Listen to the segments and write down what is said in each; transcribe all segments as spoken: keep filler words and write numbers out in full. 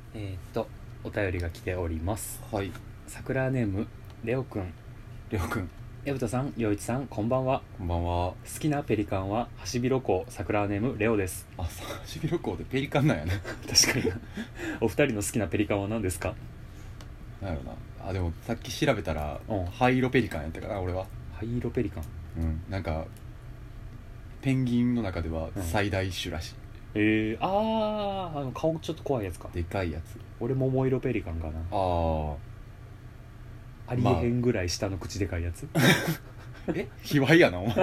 えー、っとお便りが来ております。 はい、 桜ネームレオくん。 りょうくん、 矢蓋さん、陽一さん、こんばんは。 こんばんは。 好きなペリカンはハシビロコウ。桜ネームレオです。 あ、さしびろこうでペリカンなんやね。 確かになお二人の好きなペリカンは何ですか？ なんやろな。あ、でもさっき調べたら、 うん灰色ペリカンやったかな、俺は。 灰色ペリカン。 うん、なんかペンギンの中ではうん最大種らしい。 えー、あーあの顔ちょっと怖いやつか。 でかいやつ。 俺桃色ペリカンかな。 あありえへんぐらい下の口でかいやつ、 あ、え、卑猥やなお前。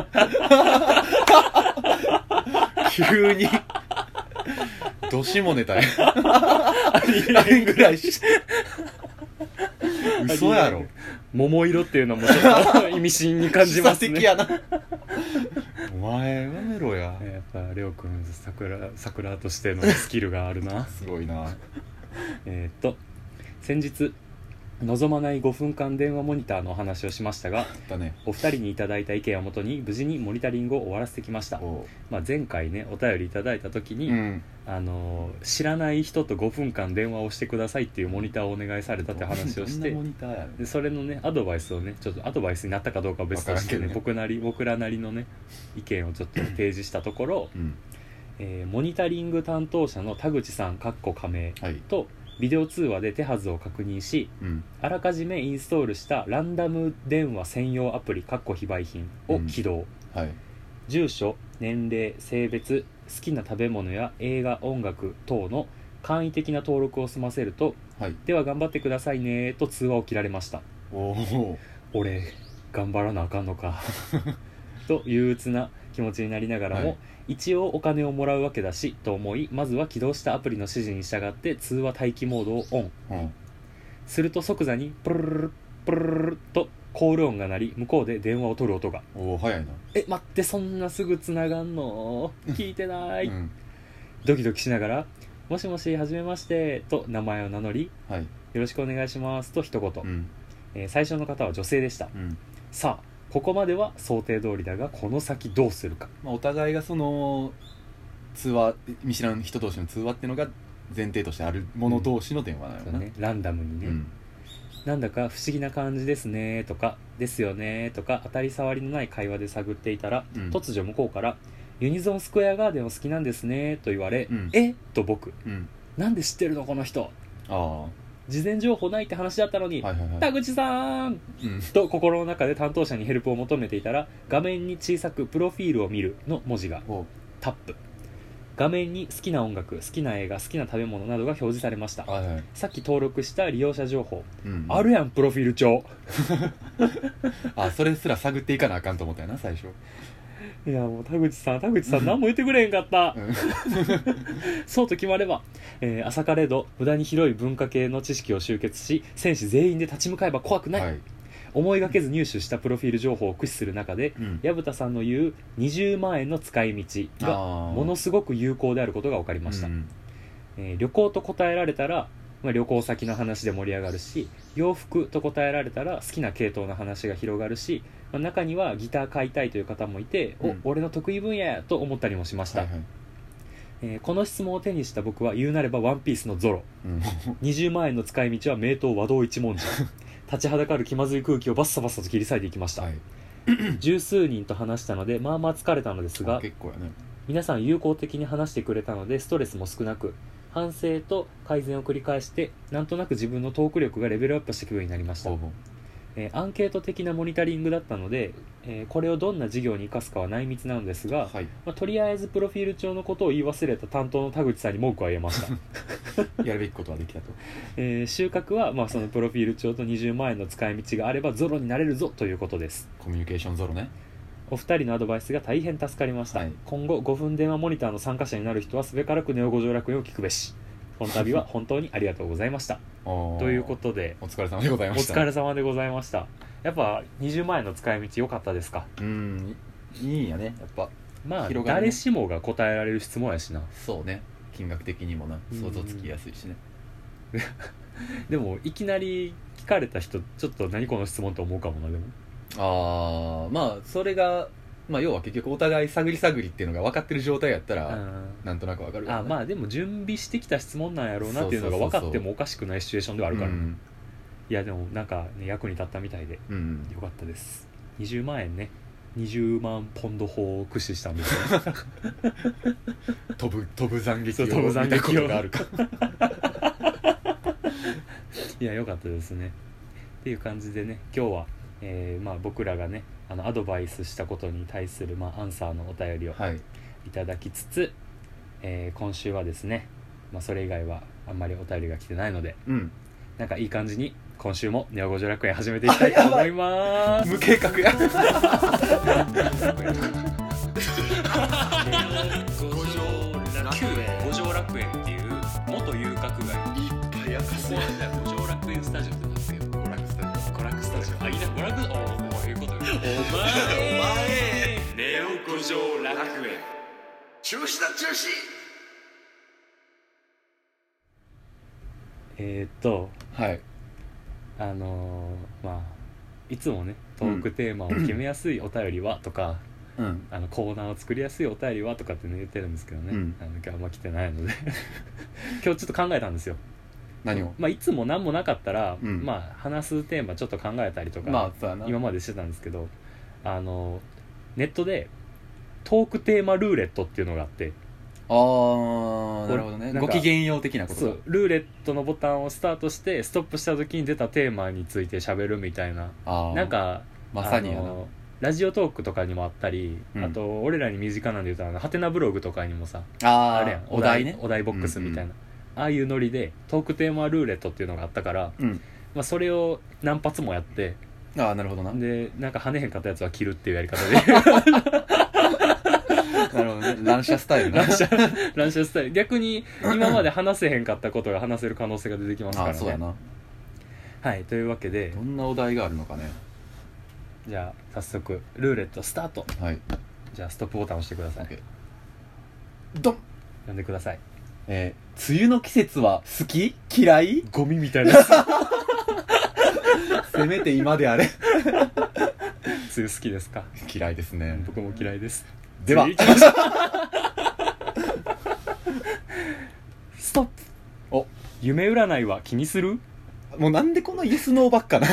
急にどしもネタや。ありえんぐらいし。嘘やろ。 桃色っていうのもちょっと意味深に感じますね。 示唆的やな。お前やめろや。 やっぱレオくん桜桜としてのスキルがあるなすごいな。 えーっと先日望まないごふんかん電話モニターのお話をしましたが、 だね。 お二人にいただいた意見をもとに無事にモニタリングを終わらせてきました。 おまあ、前回ねお便りいただいた時に、 うん。 あのー知らない人とごふんかん電話をしてくださいっていうモニターをお願いされたって話をしどんて、 なモニターやねん。 でそれのねアドバイスをねちょっとアドバイスになったかどうかは別としてね、 わからんけどね僕なり僕らなりのね意見をちょっと提示したところ、 うん。 えーモニタリング担当者の田口さん（加盟はい。 とビデオ通話で手はずを確認し、 うん。 あらかじめインストールしたランダム電話専用アプリ非売品を起動、 はい。 住所、年齢、性別、好きな食べ物や映画、音楽等の簡易的な登録を済ませると、 はい。 では頑張ってくださいねと通話を切られました。 おお。 俺頑張らなあかんのかと憂鬱な気持ちになりながらも、 はい一応お金をもらうわけだしと思い、まずは起動したアプリの指示に従って通話待機モードをオンうん。 すると、即座にプルルルルプルルルルとコール音が鳴り、向こうで電話を取る音が。 おお、早いな。 え、待って、そんなすぐ繋がんの？聞いてない、 うん。 ドキドキしながら、もしもし、はじめましてと名前を名乗り、 はい。 よろしくお願いしますと一言、 うん。 えー最初の方は女性でした。 うん。 さあここまでは想定通りだが、この先どうするか。 まあ、お互いがその通話、見知らん人同士の通話っていうのが前提としてあるもの同士の電話なのな。 そうね、ランダムにね、 うん。 なんだか不思議な感じですねとかですよねとか当たり障りのない会話で探っていたら、 うん突如向こうからユニゾンスクエアガーデンを好きなんですねと言われ、 うんえと僕、 うん。 なんで知ってるのこの人、 あ事前情報ないって話だったのに、 あ。はいはいはい。 田口さんうん。 と心の中で担当者にヘルプを求めていたら、画面に小さくプロフィールを見るの文字がおタップ、画面に好きな音楽、好きな映画、好きな食べ物などが表示されました。 はいはい。 さっき登録した利用者情報、 うん。 あるやんプロフィール帳。 あ、それすら探っていかなあかんと思ったよな最初。 いやもう田口さん田口さん何も言ってくれへんかったうん。 そうと決まれば、えー朝かれど無駄に広い文化系の知識を集結し、選手全員で立ち向かえば怖くない、 はい。 思いがけず入手したプロフィール情報を駆使する中で、 うん。 矢蓋さんの言うにじゅうまん円の使い道がああ。 ものすごく有効であることが分かりました、 うん。 えー旅行と答えられたら、まあ、旅行先の話で盛り上がるし、洋服と答えられたら好きな系統の話が広がるし、まあ、中にはギター買いたいという方もいて、 うんお俺の得意分野やと思ったりもしました、 はいはい。 えーこの質問を手にした僕は言うなればワンピースのゾロ、 うん。 にじゅうまん円の使い道は名刀和道一文字立ちはだかる気まずい空気をバッサバッサと切り裂いていきました、 はい。 十数人と話したのでまあまあ疲れたのですが、 結構やね。 皆さん友好的に話してくれたのでストレスも少なく、反省と改善を繰り返してなんとなく自分のトーク力がレベルアップした気分になりました、 ほうほう。 えーアンケート的なモニタリングだったので、えーこれをどんな事業に生かすかは内密なのですが、 はい。 まあ、とりあえずプロフィール帳のことを言い忘れた担当の田口さんに文句は言えましたやるべきことはできたと。 えー収穫は、まあ、そのプロフィール帳とにじゅうまん円の使い道があればゾロになれるぞということです。 コミュニケーションゾロね。 お二人のアドバイスが大変助かりました、 はい今後ごふん電話モニターの参加者になる人はすべからくネオ五条楽園を聞くべし。この度は本当にありがとうございましたとということで、 お疲れ様でございおました。 疲れ様でございました。やっぱにじゅうまん円の使い道良かったですか？ うん、いいんやねやっぱ。 まあ、 広がるね誰しもが答えられる質問やしな。 そうね、金額的にもな想像つきやすいしね。 でもいきなり聞かれた人ちょっと何この質問って思うかもな。でもああ、まあそれがまあ要は結局お互い探り探りっていうのが分かってる状態やったら、 うんなんとなく分かるから、 あまあでも準備してきた質問なんやろうなっていうのが分かってもおかしくないシチュエーションではあるから、ねうんいやでもなんか、ね、役に立ったみたいでうんよかったです。にじゅうまんえんね、にじゅうまんポンド法を駆使したんですよ飛ぶ飛ぶ斬撃をそう飛ぶ斬見たこ撃をとがあるかいや良かったですねっていう感じでね、今日は、えーまあ、僕らがねあのアドバイスしたことに対する、まあ、アンサーのお便りをはいいただきつつ、えー今週はですね、まあ、それ以外はあんまりお便りが来てないので、 うんなんかいい感じに今週もネオ五条楽園始めていきたいと思います無計画や五条楽園五条楽園っていう元遊郭街いっぱい明かす五条楽園スタジオってなってよ娯楽スタジオ娯楽スタジオあいいな娯楽おおおいうことよお前ネオ五条楽園中止だ中止えー、っとはいあのー、まあいつもねトークテーマを決めやすいお便りはとか、 うんあのコーナーを作りやすいお便りはとかって、ね、言ってるんですけどね、 うんあの今日あんま来てないので今日ちょっと考えたんですよ。 何をまあ、いつも何もなかったら、 うんまあ、話すテーマちょっと考えたりとか、 まあそうやな今までしてたんですけどあのネットでトークテーマルーレットっていうのがあってあーなるほどねなんかご機嫌よう的なことかそうルーレットのボタンをスタートしてストップした時に出たテーマについて喋るみたいなあーなんかまさにやなあのラジオトークとかにもあったり、 うんあと俺らに身近なんで言うとあのハテナブログとかにもさああれやんお題ねお題ボックスみたいな、 うんああいうノリでトークテーマルーレットっていうのがあったから、 うんまあ、それを何発もやってああなるほどななでなんか跳ねへんかったやつは切るっていうやり方でるほどね乱射スタイルな乱射乱射スタイル逆に今まで話せへんかったことが話せる可能性が出てきますからねあそうやなはいというわけでどんなお題があるのかねじゃあ早速ルーレットスタート。 はいじゃあストップボタンを押してください。 OK ドン読んでください。 えー、梅雨の季節は好き嫌いゴミみたいなやせめて今であれつ梅雨好きですか？ 嫌いですね僕も嫌いです。 では次行きましょうストップ。 お夢占いは気にする？ もうなんでこんなイエスノーばっかな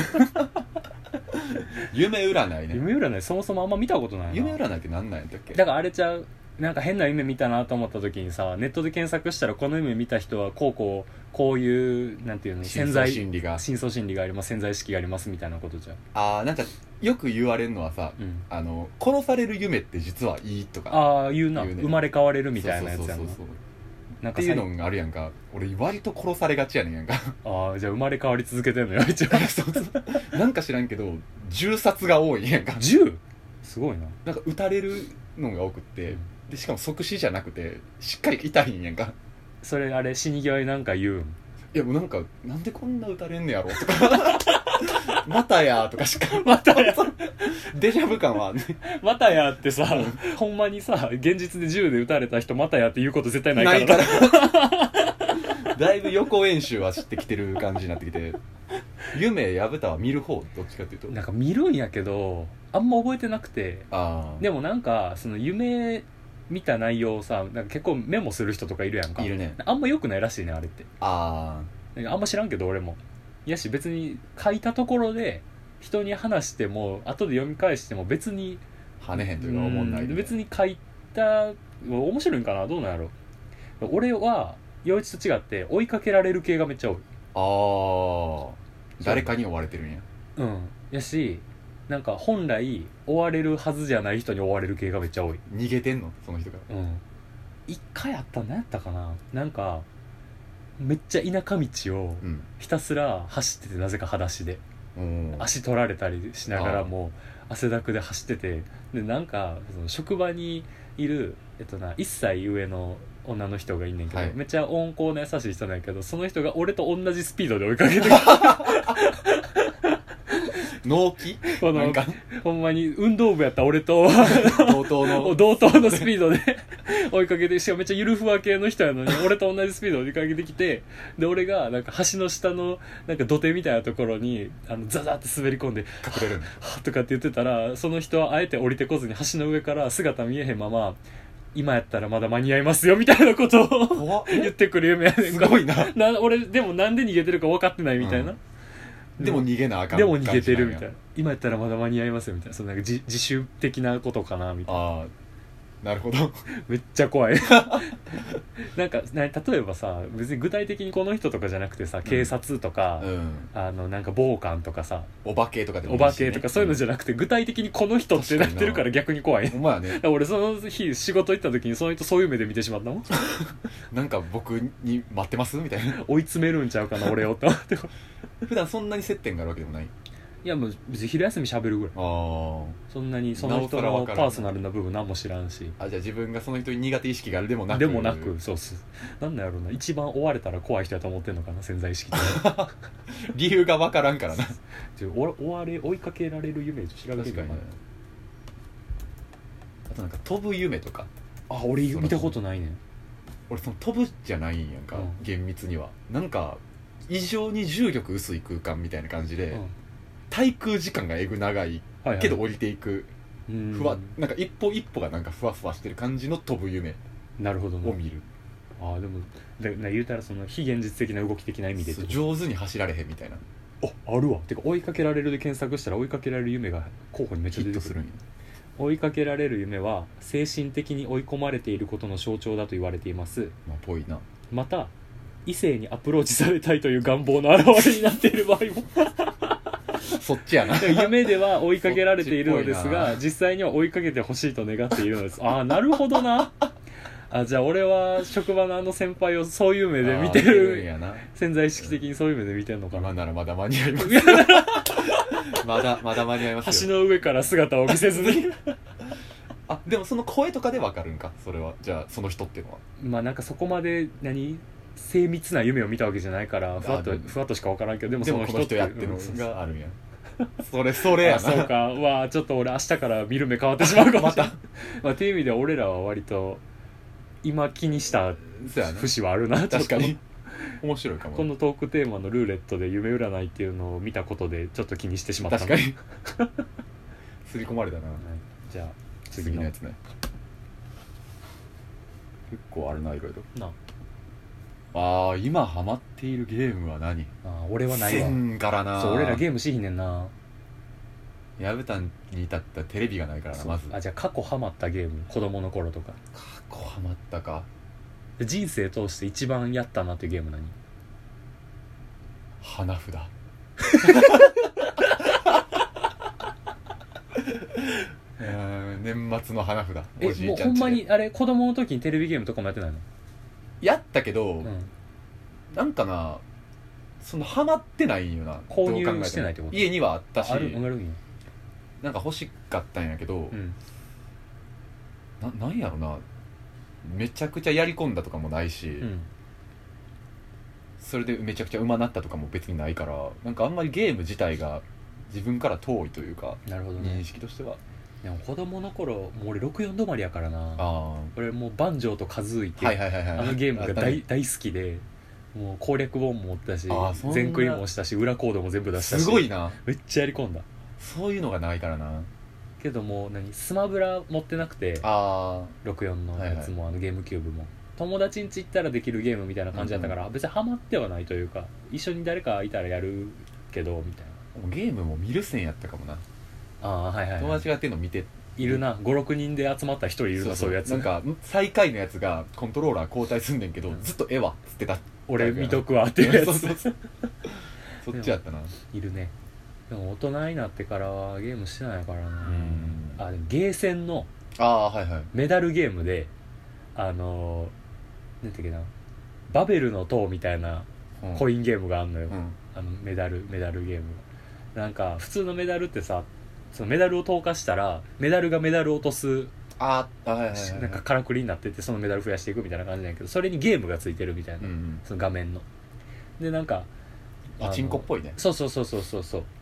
夢占いね夢占いそもそもあんま見たことないな。 夢占いって何なんやったっけだからあれちゃう、なんか変な夢見たなと思った時にさネットで検索したらこの夢見た人はこうこうこういうなんていうの深層潜在心理が深層心理があります潜在意識がありますみたいなことじゃう。 あーなんかよく言われるのはさ、 うん、 あの殺される夢って実はいいとかああ言うな言うね生まれ変われるみたいなやつやんな。 そうそうそうそうなんかっていうのがあるやんか俺割と殺されがちやねんやんかああじゃあ生まれ変わり続けてんのよ一応そうそうなんか知らんけど銃殺が多いやんかじゅうすごいな。 なんか撃たれるのが多くって、 うんでしかも即死じゃなくてしっかり痛いんやんかそれあれ死に際になんか言うん？ いやもうなんかなんでこんな撃たれんねやろとかまたやとかしかまたやデジャブ感は、ね、 またやってさ、ほんまにさ現実で銃で撃たれた人またやって言うこと絶対ないからないからだいぶ予行演習は知ってきてる感じになってきて夢やぶたは見る方どっちかっていうとなんか見るんやけどあんま覚えてなくてあでもなんかその夢見た内容をさなんか結構メモする人とかいるやんかいるねあんま良くないらしいねあれってあなんかあんま知らんけど俺もやし別に書いたところで人に話しても後で読み返しても別にあ跳ねへんというか思んないうん別に書いた面白いんかなどうなんやろ俺は陽一と違って追いかけられる系がめっちゃ多いああ誰かに追われてるんやうんやしなんか本来追われるはずじゃない人に追われる系がめっちゃ多い。 逃げてんのその人がうん一回あったん何やったかななんかめっちゃ田舎道をうんひたすら走っててなぜか裸足でうん足取られたりしながらも汗だくで走っててでなんかその職場にいる、えっと、ないっさい上の女の人がいんねんけど、 はいめっちゃ温厚な優しい人なんやけどその人が俺と同じスピードで追いかけてくる納期このなんかほんまに運動部やった俺と同等の同等のスピードで追いかけて、しかもめっちゃゆるふわ系の人やのに俺と同じスピードで追いかけてきて、で俺がなんか橋の下のなんか土手みたいなところにあのザザって滑り込んで隠れるんだはぁとかって言ってたら、その人はあえて降りてこずに橋の上から姿見えへんまま、今やったらまだ間に合いますよみたいなことを怖っ言ってくる夢やねんか。 すごいなな俺でもなんで逃げてるか分かってないみたいな、 うんでも逃げなあかんでも逃げてるみたい感な、今やったらまだ間に合いますよみたいな、そのなんか自自主的なことかなみたいな。 じなんやああなるほどめっちゃ怖いなんかな例えばさ、別に具体的にこの人とかじゃなくてさ、警察とか、 うんあのなんか暴漢とかさ、 お化けとかでもおいいしね化けとかそういうのじゃなくて、具体的にこの人ってなってるから逆に怖い。 お前はねだから俺その日仕事行った時にその人そういう目で見てしまったもんなんか僕に待ってますみたいな追い詰めるんちゃうかな俺をって思って普段そんなに接点があるわけでもないいやもう別に昼休み喋るぐらい、 あーそんなにその人のなおさらわからんパーソナルな部分何も知らんし、 あじゃあ自分がその人に苦手意識があるでもなくでもなく、そうっす、なんなんやろうな、一番追われたら怖い人やと思ってんのかな、潜在意識って理由が分からんからなちょ追追われ追いかけられる夢調べてみようかな。 あとなんか飛ぶ夢とかあ俺見たことないねん。 俺その飛ぶじゃないんやんか、 うん厳密にはなんか異常に重力薄い空間みたいな感じで、 うん滞空時間がえぐ長いはいはい、 けど降りていく、 うんふわなんか一歩一歩がなんかふわふわしてる感じの飛ぶ夢なるほどね。 を見る、 あでもだな言うたらその非現実的な動き的な意味でってそうこと上手に走られへんみたいなああるわ。てか追いかけられるで検索したら追いかけられる夢が候補にめっちヒゃ出てくる。 ットするんや追いかけられる夢は精神的に追い込まれていることの象徴だと言われています。 まあぽいなまた異性にアプローチされたいという願望の表れになっている場合もそっちやな夢では追いかけられているのですそっちっぽいが実際には追いかけてほしいと願っているのです。ああなるほどな。あじゃあ俺は職場のあの先輩をそういう目で見てあー見るんる、 やな潜在意識的にそういう目で見てんのかな。 今ならまだ間に合いますまだまだ間に合いますよ橋の上から姿を見せずにあでもその声とかでわかるんかそれはじゃあその人っていうのはまあなんかそこまで何精密な夢を見たわけじゃないからふわっとあでもふわっとしか分からんけど、でもでその人もこの人やってるうんのがあるんやそれそれやなあそうか。うわちょっと俺明日から見る目変わってしまうかもしれないままあっていう意味では俺らは割と今気にしたそうやな節はあるな。 確かにちょっ面白いかもとこのトークテーマのルーレットで夢占いっていうのを見たことでちょっと気にしてしまった確かに刷り込まれたなはいじゃあ次の次のやつね結構あるないろいろなああ今ハマっているゲームは何あ俺はないわ。 せんからなそう俺らゲームしひんねんな。 矢蓋に至ったテレビがないからなまずあじゃあ過去ハマったゲーム子供の頃とか過去ハマったかで人生通して一番やったなっていうゲーム何？ 花札うーん年末の花札えおじもほんまいうちゃんちでにあれ子供の時にテレビゲームとかもやってないの？ やったけど、 うんなんかなそのハマってないんよな購入どう考えもしてないってこと家にはあったしあるあるんや。 なんか欲しかったんやけど、 うんななんやろなめちゃくちゃやり込んだとかもないし、 うんそれでめちゃくちゃ上手なったとかも別にないからなんかあんまりゲーム自体が自分から遠いというかなるほど認ね。 識としてはでも子供の頃もう俺ろくじゅうよん止まりやからな。 あ俺もうバンジョーとカズーイっていうあはいはいはいはいあのゲームがあったね大大好きで、もう攻略本も持ったしあーそんな全クリもしたし裏コードも全部出したしすごいなめっちゃやり込んだそういうのがないからなけどもう何スマブラ持ってなくてあろくじゅうよんのやつも、あのゲームキューブも友達ん家行ったらできるゲームみたいな感じだったから、別にハマってはないというか一緒に誰かいたらやるけどみたいあゲームも見る線やったかもなな。ああはいはい、はい、 友達がやってるの見ているなごろくにんで集まった一人いるなそういうやつなんか最下位のやつがコントローラー交代すんねんけど、 うんずっと絵はっつってた俺見とくわっていうやつそうそうそうそっちやったないるね。でも大人になってからはゲームしてないからな。 うんあでもゲーセンのああはいはいメダルゲームであのー、なんていうっけなバベルの塔みたいなコイインゲームがあんのよ、 うんあのメダルメダルゲームなんか普通のメダルってさそのメダルを投下したらメダルがメダルを落とすああはいはいはいはいなんかからくりになっててそのメダル増やしていくみたいな感じなんやけどそれにゲームがついてるみたいな、 うんうんその画面のでなんかパチンコっぽいねそうそうそうそうそうそう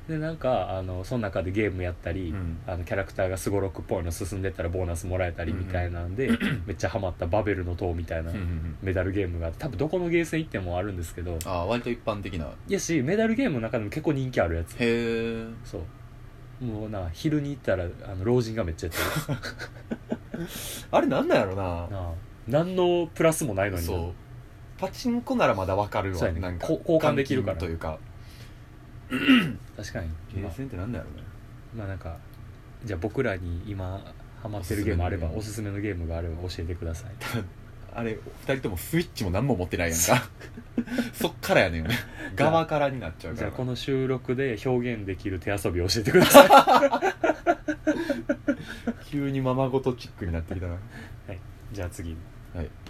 でなんかあのその中でゲームやったり、 うん、 あのキャラクターがすごろくっぽいの進んでったらボーナスもらえたりみたいなんで、うんうん、めっちゃハマったバベルの塔みたいなメダルゲームがあって多分どこのゲーセン行ってもあるんですけど、 ああ割と一般的な。 いやしメダルゲームの中でも結構人気あるやつ。 へえ。 そうもうな昼に行ったらあの老人がめっちゃやってるあれなんなんやろな。 なあ何のプラスもないのにな。 そうパチンコならまだわかるわ、 ね、 なんか交換できるからというか確かにゲーセンってなんだろうね。 まあなんかじゃあ僕らに今ハマってるゲームあればおすすめのゲームがあれば教えてくださいあれふたりともスイッチも何も持ってないやんかそっからやねんよね側からになっちゃうから。 じゃあこの収録で表現できる手遊びを教えてください急にままごとチックになってきたな。はいじゃあ次、 はい、 えー、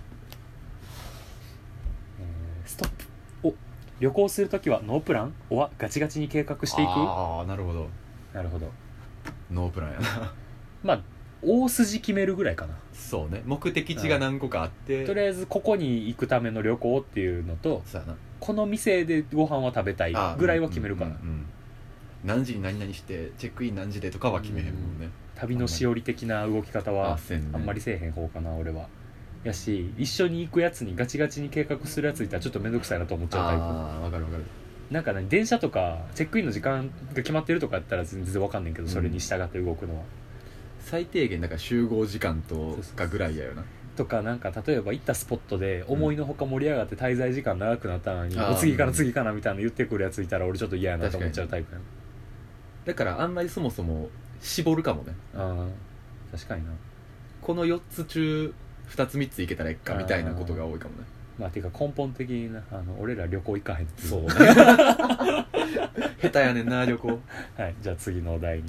ストップ。お旅行するときはノープランおはガチガチに計画していく。 ああなるほどなるほど。 ノープランやなまあ大筋決めるぐらいかな。 そうね目的地が何個かあって、 とりあえずここに行くための旅行っていうのとそうやなこの店でご飯は食べたいぐらいは決めるかな、 うんうんうんうん、何時に何々してチェックイン何時でとかは決めへんもんね、うん旅のしおり的な動き方はあんまりせえへん方かな俺は。やし一緒に行くやつにガチガチに計画するやついたらちょっと面倒くさいなと思っちゃうタイプ。 ああ分かる分かる。 なんかね電車とかチェックインの時間が決まってるとかやったら全然分かんないけど、それに従って動くのは、うん、 最低限だから集合時間とかぐらいやよな。 とかなんか例えば行ったスポットで思いのほか盛り上がって滞在時間長くなったのに、うん、お次かな次かなみたいな言ってくるやついたら俺ちょっと嫌やなと思っちゃうタイプやな。 だからあんまりそもそも絞るかもね。 あ確かにな。 このよっつ中ふたつみっついけたらいっかみたいなことが多いかもね。 まあていうか根本的になあの俺ら旅行行かへんっていう。 そうね下手やねんな旅行。 はいじゃあ次のお題に、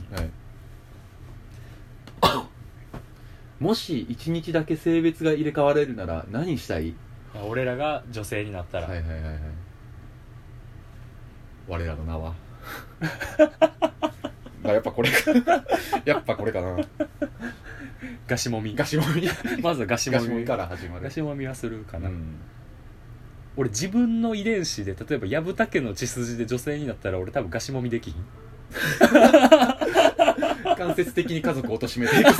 はい、もしいちにちだけ性別が入れ替われるなら何したい？ 俺らが女性になったら、 はいはいはいはい、我らの名はまあやっぱこれやっぱこれかな。 ガシもみガシもみまずはガシもみガシもみから始まる。 ガシもみはするかな、 うん、 俺自分の遺伝子で例えば薮田家の血筋で女性になったら俺多分ガシもみできひん間接的に家族を貶めていく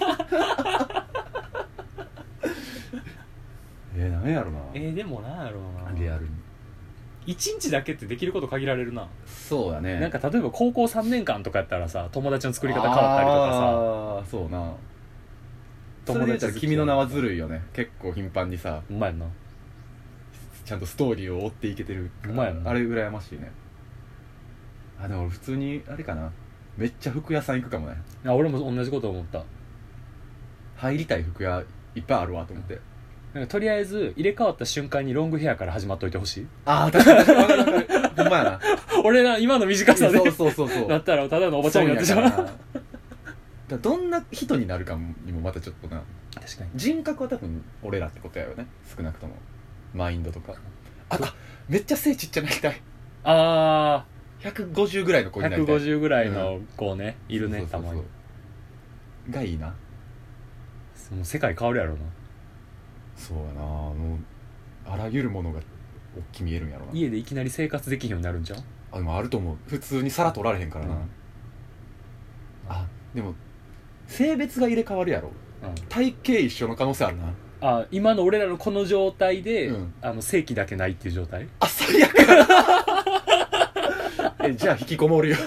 えー、何やろな。 えー、でも何やろうな。 リアルにいちにちだけってできること限られるな。 そうだね。 なんか例えば高校さんねんかんとかやったらさ友達の作り方変わったりとかさ。 ああそうな。それで言ったら君の名はずるいよね。結構頻繁にさうまいなちゃんとストーリーを追っていけてる。 うまいなあれ羨ましいね。あでも俺普通にあれかなめっちゃ服屋さん行くかもね。 あ俺も同じこと思った。 入りたい服屋いっぱいあるわと思って。 なんかとりあえず入れ替わった瞬間にロングヘアから始まっといてほしい。 ああ確かに分かる分かるほんまやな俺ら今の短さでそうそうそうそうなったらただのおばちゃんになってしまう。 だからどんな人になるかにもまたちょっとな。 確かに人格は多分俺らってことやよね。少なくともマインドとか。ああめっちゃ背ちっちゃなりたい。 あーひゃくごじゅうぐらいの子になりたい。 ひゃくごじゅうぐらいの子ね、うん、いるね。 そうそうそうそうたまにがいいな。 もう世界変わるやろな。 そうやなもうあらゆるものが大き見えるんやろな。 家でいきなり生活できるようになるんじゃん。 あでもあると思う。普通に皿取られへんからな、うん、あでも性別が入れ替わるやろ、うん、体型一緒の可能性あるな。 あ今の俺らのこの状態で、うん、あの正規だけないっていう状態。 あ最悪えじゃあ引きこもるよ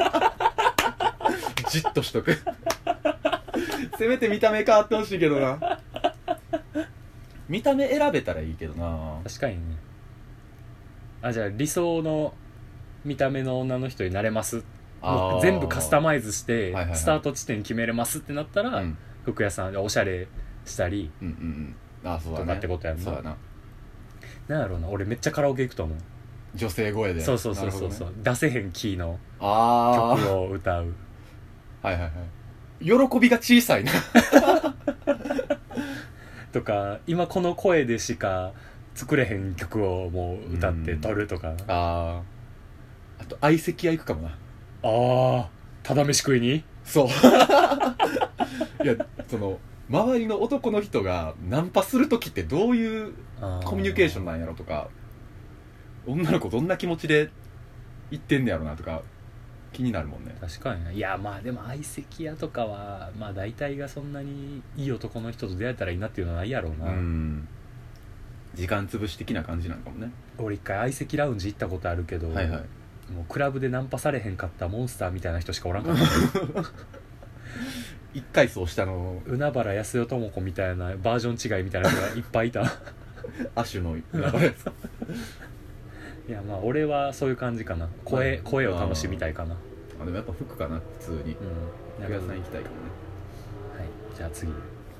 じっとしとくせめて見た目変わってほしいけどな見た目選べたらいいけどな。 確かにね。あじゃあ理想の見た目の女の人になれます、もう全部カスタマイズして、はいはいはい、スタート地点決めれますってなったら、うん、服屋さんでおしゃれしたり、うんうんうん、あそうだね、とかってことやんな。 そうだな。 なんやろうな俺めっちゃカラオケ行くと思う。 女性声で。 そうそうそうそうそう、ね、出せへんキーのあ曲を歌う。 はいはいはい。喜びが小さいなとか今この声でしか作れへん曲をもう歌って撮るとか。 ああと相席屋行くかもな。 ああただ飯食いに。 そういやその周りの男の人がナンパする時ってどういうコミュニケーションなんやろとか、女の子どんな気持ちで言ってんねやろなとか気になるもんね。 確かにね。いやまあでも相席屋とかはまあ大体がそんなにいい男の人と出会えたらいいなっていうのはないやろうな。 うん時間潰し的な感じなんかもね。 俺一回相席ラウンジ行ったことあるけど、 はいはい、 もうクラブでナンパされへんかったモンスターみたいな人しかおらんかった一回そうしたの海原康代智子みたいなバージョン違いみたいな人がいっぱいいたアシュのいやまあ俺はそういう感じかな。声、声を楽しみたいかな。 あでもやっぱ服かな普通に、うん、服屋さん行きたいかもね。 はいじゃあ次。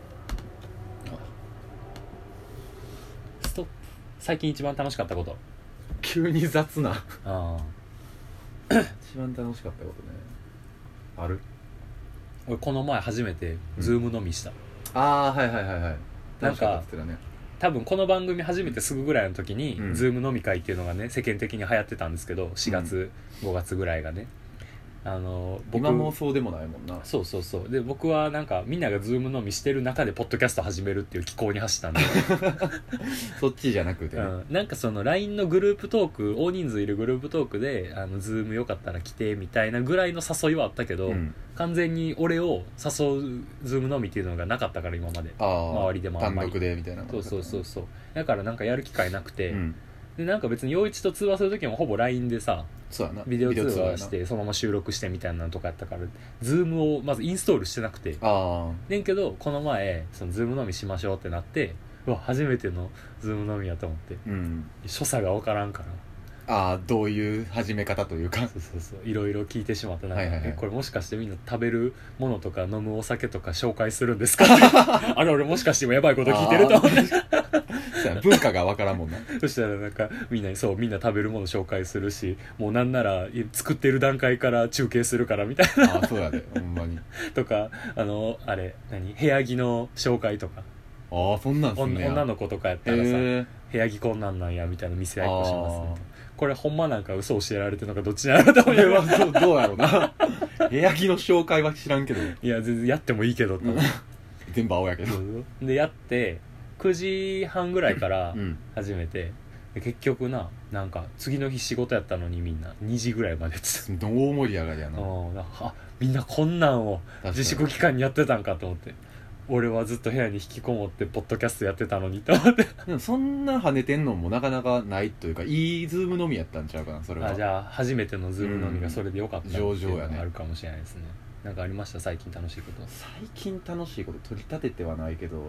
ストップ。最近一番楽しかったこと。 急に雑なあ一番楽しかったことねある。 俺この前初めてズーム飲みした、うん、 ああはいはいはいはい。 なんか多分この番組始めてすぐぐらいの時に、うん、ズーム飲み会っていうのがね世間的に流行ってたんですけどしがつ、うん、ごがつぐらいがねあの僕今もそうでもないもんな。 そうそうそうで僕はなんかみんながズーム飲みしてる中でポッドキャスト始めるっていう機構に走ったんでそっちじゃなくて、 うん、なんかその ライン のグループトーク大人数いるグループトークであのズームよかったら来てみたいなぐらいの誘いはあったけど、うん、完全に俺を誘うズーム飲みっていうのがなかったから今まで周りでもあんまり単独でみたいな。 そうそうそうそうだからなんかやる機会なくて、うんでなんか別に陽一と通話するときもほぼ ライン でさそうやなビデオ通話してそのまま収録してみたいなのとかやったからズームをまずインストールしてなくてあねんけどこの前そのズーム飲みしましょうってなってうわ初めてのズーム飲みやと思って、うん、所作が分からんからああどういう始め方というかそうそうそういろいろ聞いてしまってなんか、はいはいはい、これもしかしてみんな食べるものとか飲むお酒とか紹介するんですかあれ俺もしかして今やばいこと聞いてると思って文化がわからんもんなそしたらなんかみんなにそうみんな食べるもの紹介するしもうなんなら作ってる段階から中継するからみたいなあそうやでほんまにとかあのあれ何部屋着の紹介とかああそんなんすね女の子とかやったらさ、えー、部屋着こんなんなんやみたいな店合いっこしますねこれほんまなんか嘘教えられてるのかどっちなのと思うよどうやろうな部屋着の紹介は知らんけどいや全然やってもいいけど全部青やけどでやってくじはんぐらいから始めて、うん、結局ななんか次の日仕事やったのにみんなにじぐらいまでやってたどう盛り上がりやなあみんなこんなんを自粛期間にやってたんかと思って俺はずっと部屋に引きこもってポッドキャストやってたのにと思ってでもそんな跳ねてんのもなかなかないというかいいズーム飲みやったんちゃうかなそれは。 あじゃあ初めてのズーム飲みがそれでよかったっていうのががあるかもしれないですね。なんかありました最近楽しいこと。 最近楽しいこと取り立ててはないけど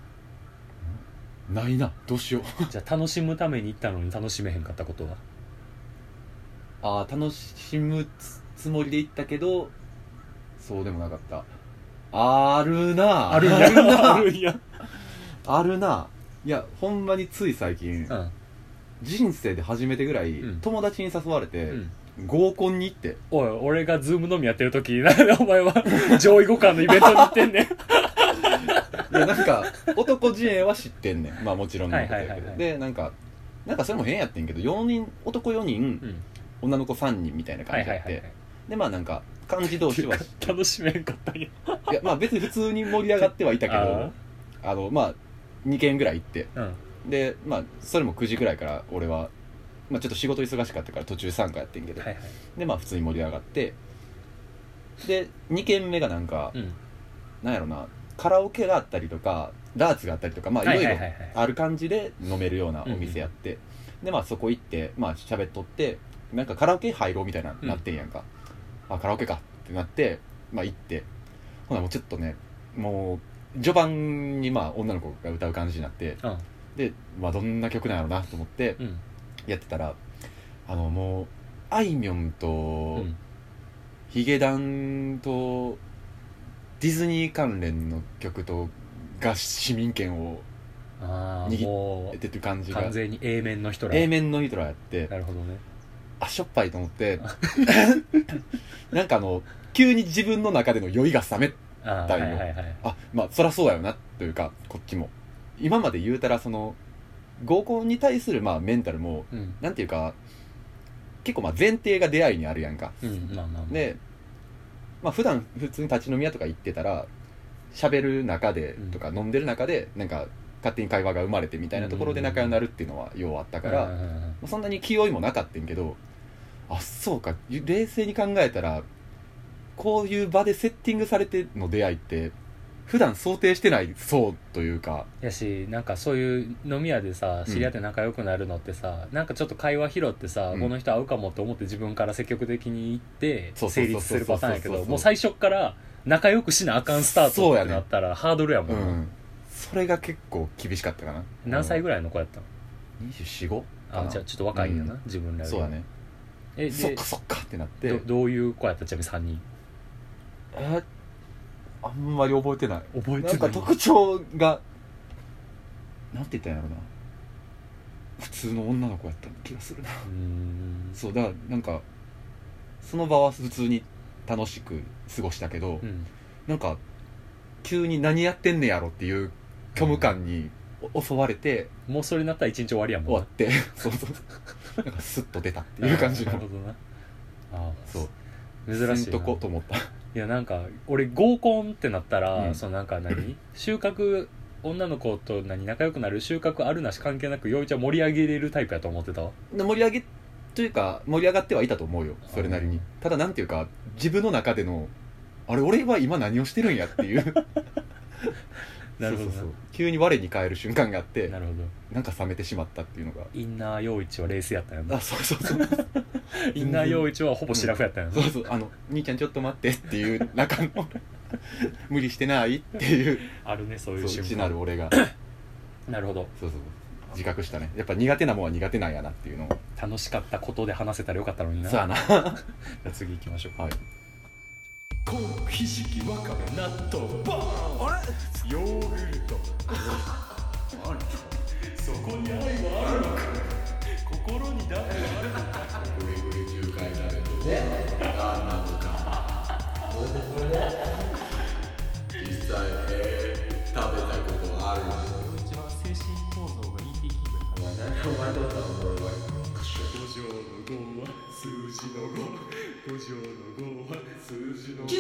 ないなどうしようじゃあ楽しむために行ったのに楽しめへんかったことはあ楽しむつもりで行ったけどそうでもなかった。あるなあるんやあるんやあるないやほんまについ最近、うん、人生で初めてぐらい、うん、友達に誘われて、うん、合コンに行っておい俺がズーム飲みやってる時なんでお前は上位互換のイベントに行ってんねんいやなんか男自演は知ってんねんまあもちろんのことやけど、はいはいはいはい、でなんかなんかそれも変やってんけどよにん男よにん、うん、女の子さんにんみたいな感じで、はいはいはいはい、でまあなんか感じ同士は楽しめんかったんやいやまあ別に普通に盛り上がってはいたけどあのまあにけんぐらい行って、うん、でまあそれもくじぐらいから俺は、まあ、ちょっと仕事忙しかったから途中参加やってんけど、はいはい、でまあ普通に盛り上がってでにけんめがなんか、うん、なんやろなカラオケがあったりとかダーツがあったりとかまあいろいろある感じで飲めるようなお店やって、うんうん、でまあそこ行ってまあ喋っとってなんかカラオケ入ろうみたいななってんやんか、うん、あカラオケかってなってまあ行ってほなもうちょっとねもう序盤にまあ女の子が歌う感じになって、うん、でまあどんな曲なんやろうなと思ってやってたら、うん、あのもうあいみょんと、うん、ヒゲダンとディズニー関連の曲とが市民権を握ってる感じが完全に A 面の人ら A 面の人らやってなるほどねあしょっぱいと思ってなんかあの急に自分の中での酔いが冷めたんよ あ,、はいはいはい、あまあそりゃそうやよなというかこっちも今まで言うたらその合コンに対するまあメンタルも、うん、なんていうか結構まあ前提が出会いにあるやんか、うんまあまあまあ、でまあ普段普通に立ち飲み屋とか行ってたら喋る中でとか飲んでる中でなんか勝手に会話が生まれてみたいなところで仲良くなるっていうのはようあったから、うん、そんなに気負いもなかったんけどあそうか、冷静に考えたらこういう場でセッティングされての出会いって普段想定してないそうというかやし、なんかそういう飲み屋でさ知り合って仲良くなるのってさ、うん、なんかちょっと会話拾ってさ、うん、この人会うかもって思って自分から積極的に行って成立するパターンやけど、もう最初から仲良くしなあかんスタートってなったら、ね、ハードルやもん、うん、 それが結構厳しかったかな。 何歳ぐらいの子やったの？ にじゅうよん、ご？ あ、じゃあちょっと若いんやな、うん、自分らより。 そうだね。えそっかそっかってなって、 ど, どういう子やった？ちなみにさんにん。 えあんまり覚えてない。 覚えてない。 なんか特徴がなんて言ったんやろな、普通の女の子やった気がするな。うーん、そうだからなんかその場は普通に楽しく過ごしたけど、うん、なんか急に何やってんねやろっていう虚無感に襲われて、 もうそれになったら一日終わりやもん。 終わってそうそうなんかスッと出たっていう感じの。なるほどな。ああ、そう珍しいな。とこと思った。 いやなんか俺合コンってなったら、うん、そのなんか何収穫女の子と何仲良くなる収穫あるなし関係なく陽一は盛り上げれるタイプやと思ってたわ。 盛り上げというか盛り上がってはいたと思うよ、それなりに。ただなんていうか自分の中でのあれ俺は今何をしてるんやっていうなるほど。そうそうそう、急に我に返る瞬間があって、なるほど、なんか冷めてしまったっていうのが。 インナー陽一は冷静やったんやな。 あ、そうそうそうインナー陽一はほぼシラフやったんやな、 うん、そうそう、あの兄ちゃんちょっと待ってっていう中の無理してないっていうあるね、そういう瞬間。 内なる俺がなるほど。 そうそう、自覚したね。やっぱ苦手なもんは苦手なんやなっていうのを。 楽しかったことで話せたらよかったのにな。 そうやな。じゃあ次行きましょうか。はい。 コーン、ひじき、わかめ、納豆、バーン、あれヨーグルトそこに愛はあるのか、心に誰はあるのか、グリグリじゅうかい食べてね、何なのかそれでそれで実際、えー、食べたことあるの？一番精神構造が イーティー キングやから。お前どうだろう？五条の五は数字の五、五条の五は数字の五。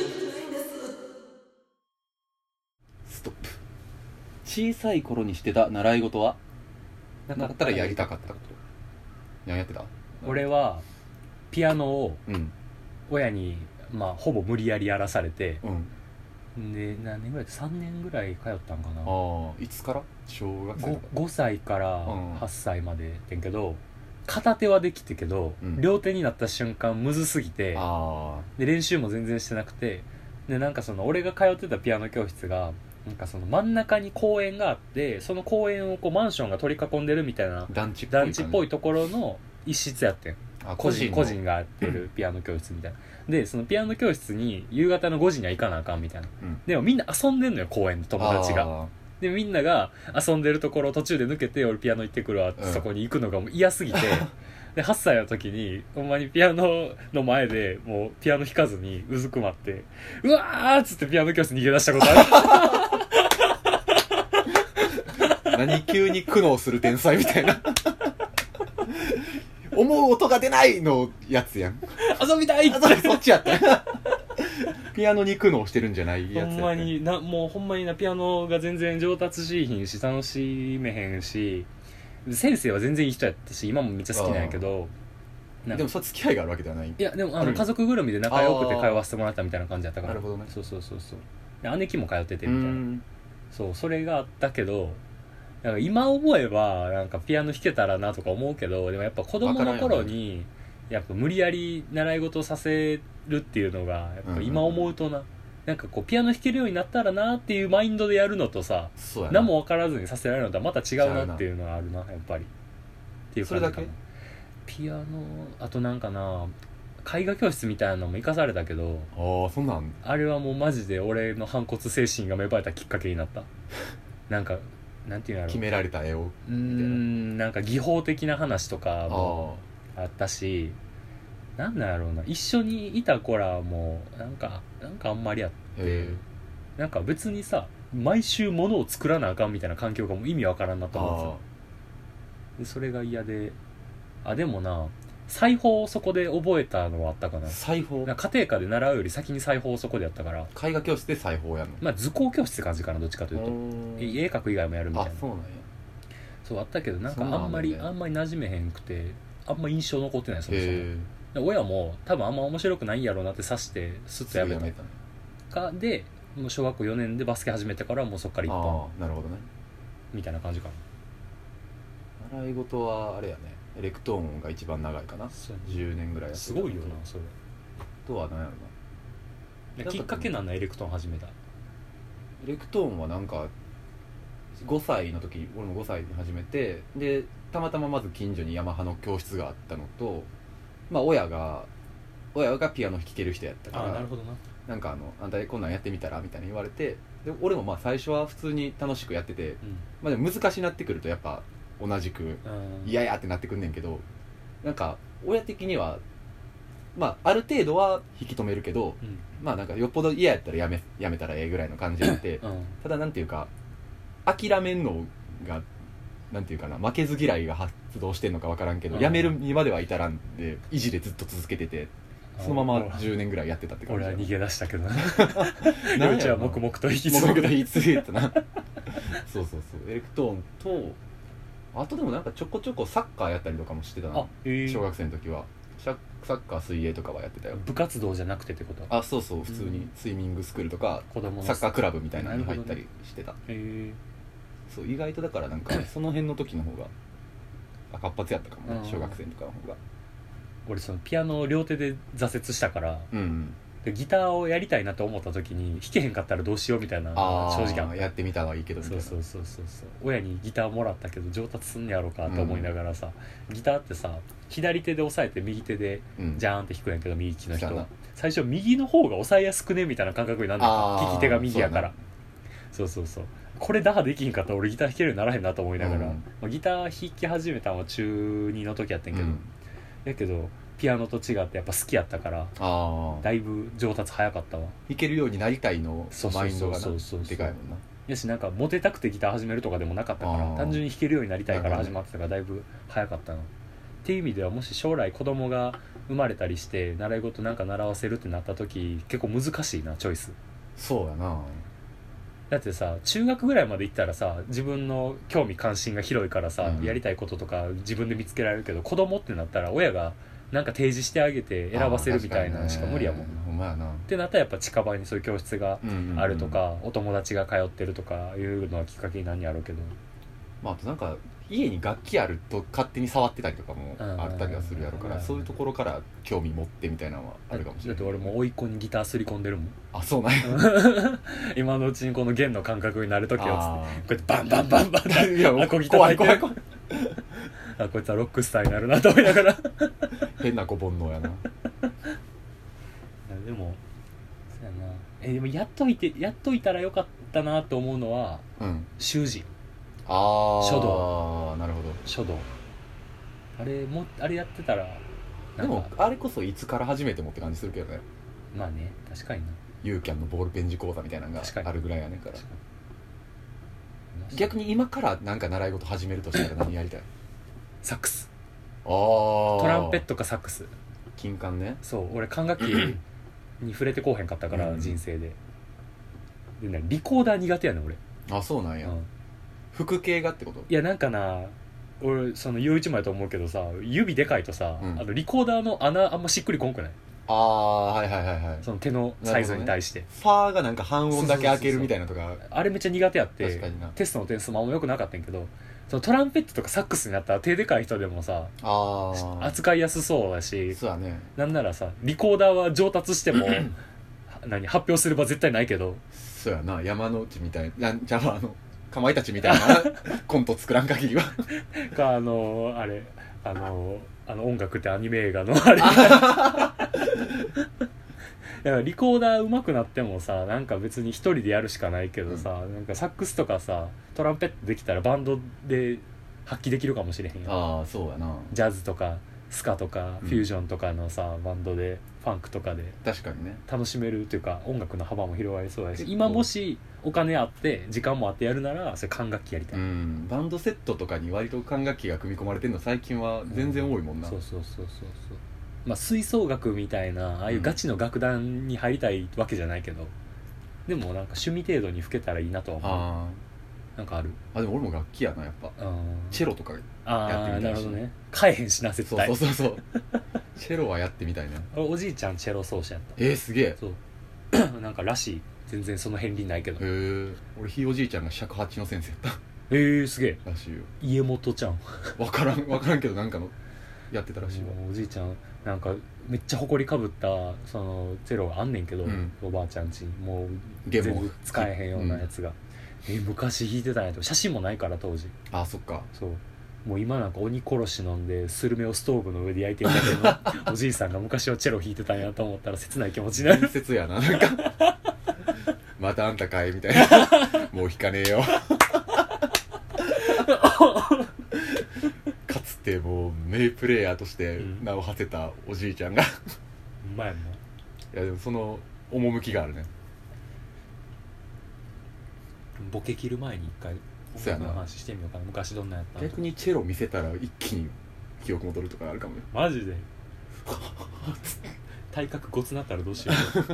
ストップ。小さい頃にしてた習い事はなかったらやりたかったこと。何やってた？ 俺はピアノを親に、まあ、ほぼ無理やりやらされて、うん、で何年ぐらいさんねんぐらい通ったんかな。 あ、いつから？小学生とか 5, ごさいからはっさいまでってんけど、片手はできてけど、うん、両手になった瞬間むずすぎて、あで練習も全然してなくて、でなんかその俺が通ってたピアノ教室がなんかその真ん中に公園があって、その公園をこうマンションが取り囲んでるみたいな団地っぽい、 団地っぽいところの一室やってん。あ、個人個人がやってるピアノ教室みたいな、うん、でそのピアノ教室に夕方のごじには行かなあかんみたいな、うん、でもみんな遊んでんのよ、公園で友達が。でみんなが遊んでるところを途中で抜けて俺ピアノ行ってくるわって、うん、そこに行くのがもう嫌すぎてではっさいの時にほんまにピアノの前でもうピアノ弾かずにうずくまってうわーっつってピアノ教室逃げ出したことある何急に苦悩する天才みたいな思う音が出ないのやつやん。 遊びたいってそっちやってピアノに苦悩してるんじゃないやつや、ね、 ほんまにな、もうほんまにな、ピアノが全然上達しひんし楽しめへんし、先生は全然いい人やったし今もめっちゃ好きなんやけど、 でもそれ付き合いがあるわけではない。いやでもあの家族ぐるみで仲良くて通わせてもらったみたいな感じやったから。 なるほどね。 そうそうそうそう。姉貴も通っててみたいな。そうそれがあったけど、なんか今思えばなんかピアノ弾けたらなとか思うけど、でもやっぱ子供の頃にやっぱ無理やり習い事をさせるっていうのがやっぱ今思うとな、うんうん、なんかこうピアノ弾けるようになったらなっていうマインドでやるのとさ、何も分からずにさせられるのとはまた違うなっていうのがあるな、やっぱりっていう感じかな。それだけピアノ、あとなんかな、絵画教室みたいなのも生かされたけど、 ああそんなん、 あれはもうマジで俺の反骨精神が芽生えたきっかけになったなんかなんていうの、 決められた絵をうーん、なんか技法的な話とかもあったし、なんだろうな、一緒にいた子らもなんかなんかあんまりあって、なんか別にさ毎週物を作らなあかんみたいな環境がもう意味わからんなと思ってでそれが嫌で、あでもな裁縫をそこで覚えたのはあったかな。 裁縫、 家庭科で習うより先に裁縫をそこでやったから。 絵画教室で裁縫やるの？ まあ図工教室って感じかな、どっちかというと。絵描く以外もやるみたいな。 あ、そうなんや。 そうあったけど、なんかあんまり、ね、あんまり馴染めへんくて、あんま印象残ってない、そもそも。 親も多分あんま面白くないんやろうなって察してスッとやめためたかで、もう小学校よねんでバスケ始めてからもうそっから一本ああなるほどねみたいな感じかな。 習い事はあれやねエレクトーンが一番長いかなじゅうねんぐらいやってすごいよなそれ。 あとは何やろなきっかけなんだエレクトーン始めた。 エレクトーンはなんかごさいの時俺もごさいに始めてでたまたままず近所にヤマハの教室があったのとまあ親が親がピアノ弾ける人やったからあなるほどな。 なんかあのあんたこんなんやってみたらみたいに言われてで俺もまあ最初は普通に楽しくやってて、 うん、 まあでも難しいなってくるとやっぱ同じく嫌やってなってくんねんけどなんか親的にはまあある程度は引き止めるけど、うん、まあなんかよっぽど嫌やったらやめやめたらええぐらいの感じでって、うん、ただなんていうか諦めんのがなんていうかな負けず嫌いが発動してんのか分からんけど、うん、やめるにまでは至らんで維持でずっと続けててそのままじゅうねんぐらいやってたって感じ。 俺は逃げ出したけどなうちは黙々と引き続けて引き続けてたなそうそうそうエレクトーンとあとでもなんかちょこちょこサッカーやったりとかもしてたな、えー、小学生の時はサッカー水泳とかはやってたよ。 部活動じゃなくてってこと？ あそうそう普通にスイミングスクールとか、うん、サッカークラブみたいなのに入ったりしてた、ね、そう意外とだからなんかその辺の時の方が活発やったかもね小学生とかの方が。 俺そのピアノを両手で挫折したから、うんうん、でギターをやりたいなと思った時に弾けへんかったらどうしようみたいな正直あった。 やってみたはいいけどみたいな。 そうそうそうそう親にギターもらったけど上達すんねやろうかと思いながらさ、うん、ギターってさ左手で押さえて右手でジャーンって弾くんやけど、うん、右利きの人最初右の方が押さえやすくねみたいな感覚になるのか利き手が右やからそうそうそうこれ打破できひんかったら俺ギター弾けるようにならへんなと思いながら、うんまあ、ギター弾き始めたのは中にの時やってんけど、うん、やけどピアノと違ってやっぱ好きやったからあだいぶ上達早かったわ。 弾けるようになりたいのマインドがなでかいもんな。 やしなんかモテたくてギター始めるとかでもなかったから単純に弾けるようになりたいから始まってたからだいぶ早かったなっていう意味ではもし将来子供が生まれたりして習い事なんか習わせるってなった時結構難しいなチョイス。 そうやな。 だってさ中学ぐらいまで行ったらさ自分の興味関心が広いからさ、うん、やりたいこととか自分で見つけられるけど子供ってなったら親がなんか提示してあげて選ばせるみたいなのしか無理やもん。 ほんまやな。 ってなったらやっぱ近場にそういう教室があるとか、うんうんうん、お友達が通ってるとかいうのはきっかけになんやろうけど、 まあ、あとなんか家に楽器あると勝手に触ってたりとかもあったりはするやろから、うん、そういうところから興味持ってみたいなのはあるかもしれない。 だって俺も甥っ子にギターすり込んでるもん。 あそうなんや今のうちにこの弦の感覚になるときはこうやってバンバンバンバンっていやアコギ叩いて怖い怖い怖いあこいつはロックスターになるなと思いながら変な子煩悩やなでもそうやなえでもやっといてやっといたらよかったなと思うのは、うん、習字ああ書道なるほど書道あれもあれやってたらでもあれこそいつから始めてもって感じするけどね。 まあね確かになユーキャンのボールペン字講座みたいなのがあるぐらいやねんから。逆に今からなんか習い事始めるとしたら何やりたい？ サックス。 あトランペットかサックス。 金管ね。 そう俺管楽器に触れてこうへんかったから人生でで、ね、リコーダー苦手やねん俺。 あそうなんや、うん、副系がってこと？ いやなんかな俺その言う一枚やと思うけどさ指でかいとさ、うん、あのリコーダーの穴あんましっくりこんくない？ ああはいはいはいはい。 その手のサイズに対して、ね、 ファーがなんか半音だけ開けるみたいなとかあれめっちゃ苦手やって確かになテストの点数もあんま良くなかったんやけどそのトランペットとかサックスになったら手でかい人でもさあ扱いやすそうだしそうだねなんならさリコーダーは上達しても何発表する場絶対ないけどそうやな山之内みたいなじゃああのかまいたちみたいなコント作らん限りはかあのあれあのあの音楽ってアニメ映画のあれだからリコーダー上手くなってもさなんか別に一人でやるしかないけどさ、うん、なんかサックスとかさトランペットできたらバンドで発揮できるかもしれへんよ。 ああそうやなジャズとかスカとかフュージョンとかのさ、うん、バンドでファンクとかで確かにね楽しめるというか音楽の幅も広がりそうやし今もしお金あって時間もあってやるならそれ管楽器やりたい、うん、 バンドセットとかに割と管楽器が組み込まれてるの最近は全然多いもんな、 うん、そうそうそうそうそうまあ吹奏楽みたいなああいうガチの楽団に入りたいわけじゃないけど、うん、でもなんか趣味程度に吹けたらいいなとは思う。あなんかあるあでも俺も楽器やなやっぱチェロとかやってみたいし。 ああなるほどね買えへんしな絶対そうそうそうそうチェロはやってみたいな。 おじいちゃんチェロ奏者やった。 えー、すげえ。 そうなんからしい。全然その片鱗ないけど。 へえ。俺ひいおじいちゃんが尺八の先生やった。 えー、すげえらしいよ。 家元ちゃん分からん分からんけどなんかのやってたらしいわ。 おじいちゃんなんかめっちゃ埃かぶったそのチェロがあんねんけど、うん、おばあちゃんちにもう全部使えへんようなやつが、うん、え昔弾いてたんやと。写真もないから当時。 あそっか。 そうもう今なんか鬼殺し飲んでスルメをストーブの上で焼いてるだけのおじいさんが昔はチェロ弾いてたんやと思ったら切ない気持ちになる。 伝説やななんかまたあんたかいみたいなもう弾かねえよかつてもう名プレイヤーとして名を馳せたおじいちゃんが、 うん、うまいもん。いやでもその趣があるね。 ボケ切る前に一回そうやな話してみようかな。昔どんなやったの。 逆にチェロ見せたら一気に記憶戻るとかあるかもよ。 マジで体格ごつなったらどうしよう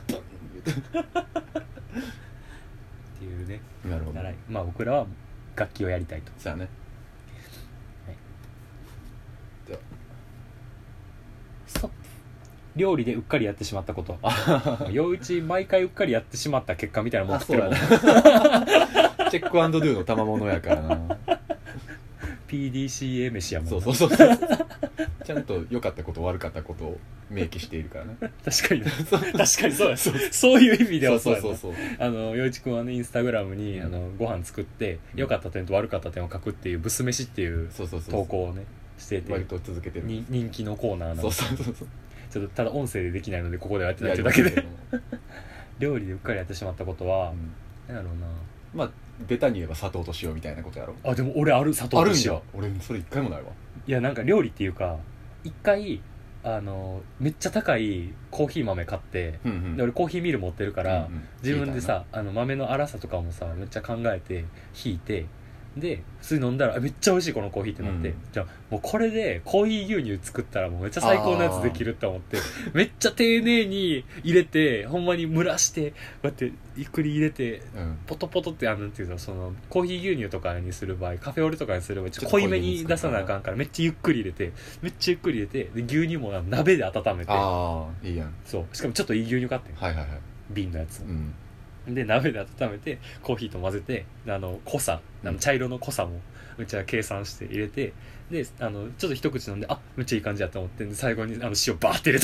っていうね。 なるほど。 まあ僕らは楽器をやりたいと。 そうやね。 はい、ではストップ。料理でうっかりやってしまったこと。陽一毎回うっかりやってしまった結果みたいなもん作ってるもん。 チェックアンドドゥの賜物やからな。 ピーディーシーエー 飯やもんな。 そうそうそうそうちゃんと良かったこと悪かったことを明記しているからね。 確かに確かにそうやそうそういう意味ではそうやな。 そうそうそうそう。 あの陽一くんはねインスタグラムに、 うん、 あのご飯作って良かった点と悪かった点を書くっていうブス飯っていう投稿をねしてて割と続けてる。 人気のコーナーなんで。 そうそうそうそう。 ちょっとただ音声でできないのでここでやってないってだけで料理でうっかりやってしまったことは、うん、何やろうな。 まあベタに言えば砂糖と塩みたいなことやろ。 あでも俺ある砂糖と塩。あるんや。 俺それ一回もないわ。 いやなんか料理っていうか一回あのめっちゃ高いコーヒー豆買って、うんうん、で俺コーヒーミル持ってるから、うんうん、自分でさあの豆の粗さとかもさめっちゃ考えてひいてで普通に飲んだらめっちゃ美味しいこのコーヒーってなって、うん、じゃあもうこれでコーヒー牛乳作ったらもうめっちゃ最高のやつできるって思ってめっちゃ丁寧に入れてほんまに蒸らしてこうやってゆっくり入れて、うん、ポトポトってあのなんていうのそのコーヒー牛乳とかにする場合カフェオレとかにする場合ちょっと濃いめに出さなあかんからめっちゃゆっくり入れてめっちゃゆっくり入れてで牛乳も鍋で温めてああいいやん。 そうしかもちょっといい牛乳買ってん、 はいはいはい、 瓶のやつ、 うんで鍋で温めてコーヒーと混ぜてあの濃さあの茶色の濃さもめっちゃ計算して入れてであのちょっと一口飲んであめっちゃいい感じだと思ってで最後にあの塩バーって入れ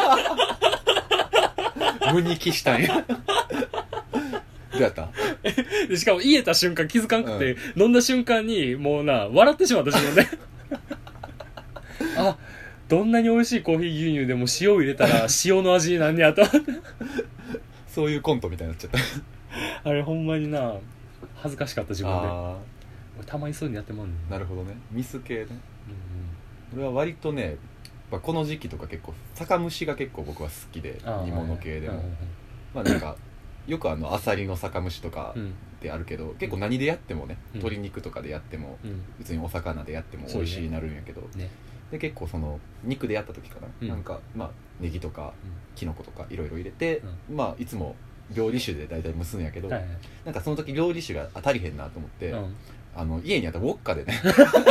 た無に帰したんやどうやったでしかも入れた瞬間気づかんくて、うん、飲んだ瞬間にもうな笑ってしまった自分であどんなに美味しいコーヒー牛乳でも塩を入れたら塩の味になんねやとそういうコントみたいになっちゃったあれほんまにな恥ずかしかった自分で。俺たまにそういうのやってもんねん。 なるほどね。ミス系ね、うんうん、俺は割とねこの時期とか結構酒蒸しが結構僕は好きで煮物系でも、はいはい、まあなんかよくあのアサリの酒蒸しとかってあるけど、うん、結構何でやってもね、うん、鶏肉とかでやっても、うん、別にお魚でやっても美味しいなるんやけど、ね、で結構その肉でやった時かな、うん、なんかまあネギとかキノコとかいろいろ入れて、うん、まあいつも料理酒で大体蒸すんやけど、はいはい、なんかその時料理酒が足りへんなと思って、うん、あの家にあったウォッカでね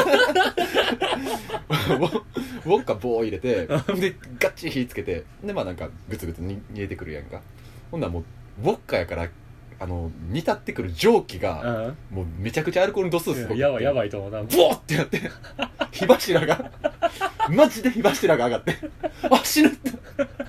ウォッカ棒入れてでガッチリ火つけてでまあなんかグツグツに入れてくるやんか。ほんならもうウォッカやからあの煮立ってくる蒸気がもうめちゃくちゃアルコール度数すごくてやばいやばいと思うな。 ボーってやって火柱がマジで火柱が上がってあ死ぬって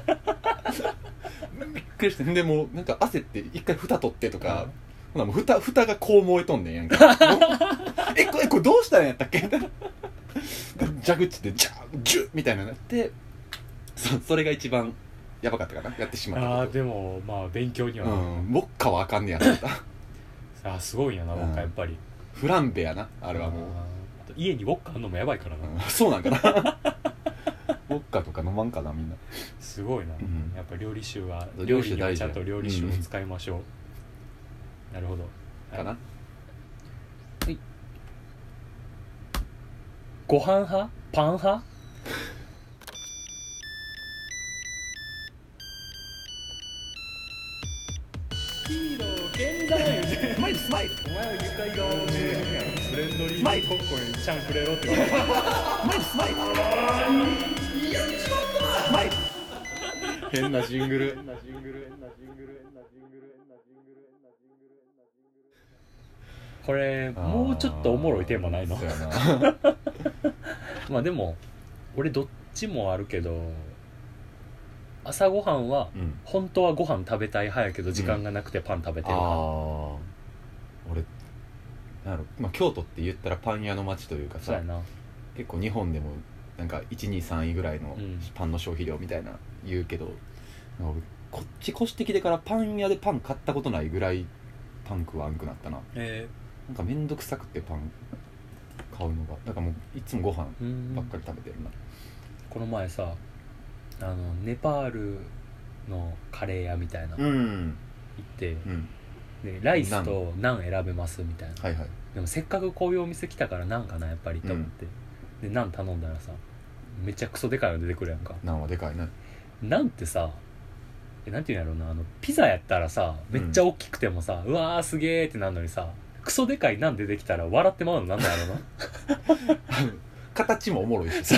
びっくりしてでもうなんか焦って一回蓋取ってとか、ほなもう蓋蓋がこう燃えとんねんやんかえこれこれどうしたんやったっけみたいな蛇口でジャージュッみたいなのになって そ, それが一番やばかったかなやってしまったこと。 あでもまあ勉強には、 うん、ウォッカはあかんねやったあすごいんやなウォッカやっぱり、 フランベやなあれはもう。 あと家にウォッカあんのもやばいからな、 うん、そうなんかなウォッカとか飲まんかなみんな。 すごいな、うん、やっぱ料理酒は料理にはちゃんと料理酒を使いましょう、うん、なるほどかな。 はいご飯派パン派ヒーロー現代スマイルスマイルお前は愉快顔でフレンドリーコッコにシャンくれろって言われてスマイルスマイルやっちまった変なジングルこれもうちょっとおもろいテーマないの？ そうやなまあでも俺どっちもあるけど、朝ごはんは、うん、本当はご飯食べたい派やけど時間がなくてパン食べてる派、うん、あ俺なんやろ、まあ、京都って言ったらパン屋の街というかさ、 そうやな、 結構日本でもなんかいちにさんいぐらいのパンの消費量みたいな言うけど、うん、俺こっち越してきてからパン屋でパン買ったことないぐらいパン食わんくなったな。 へなんかめんどくさくてパン買うのが、だからもういつもご飯ばっかり食べてるな。 この前さ、あのネパールのカレー屋みたいな、うん、行って、うん、でライスとナン選べますみたいな、はいはい、でもせっかくこういうお店来たからナンかなやっぱりと思って、うん、でナン頼んだらさ、めっちゃクソでかいの出てくるやんか。 ナンはでかいね。 ナンってさ、えなんていうんやろうな、あのピザやったらさめっちゃ大きくてもさ、うん、うわーすげーってなるのにさ、クソでかいナン出てきたら笑ってまうのなんだろうな形もおもろいし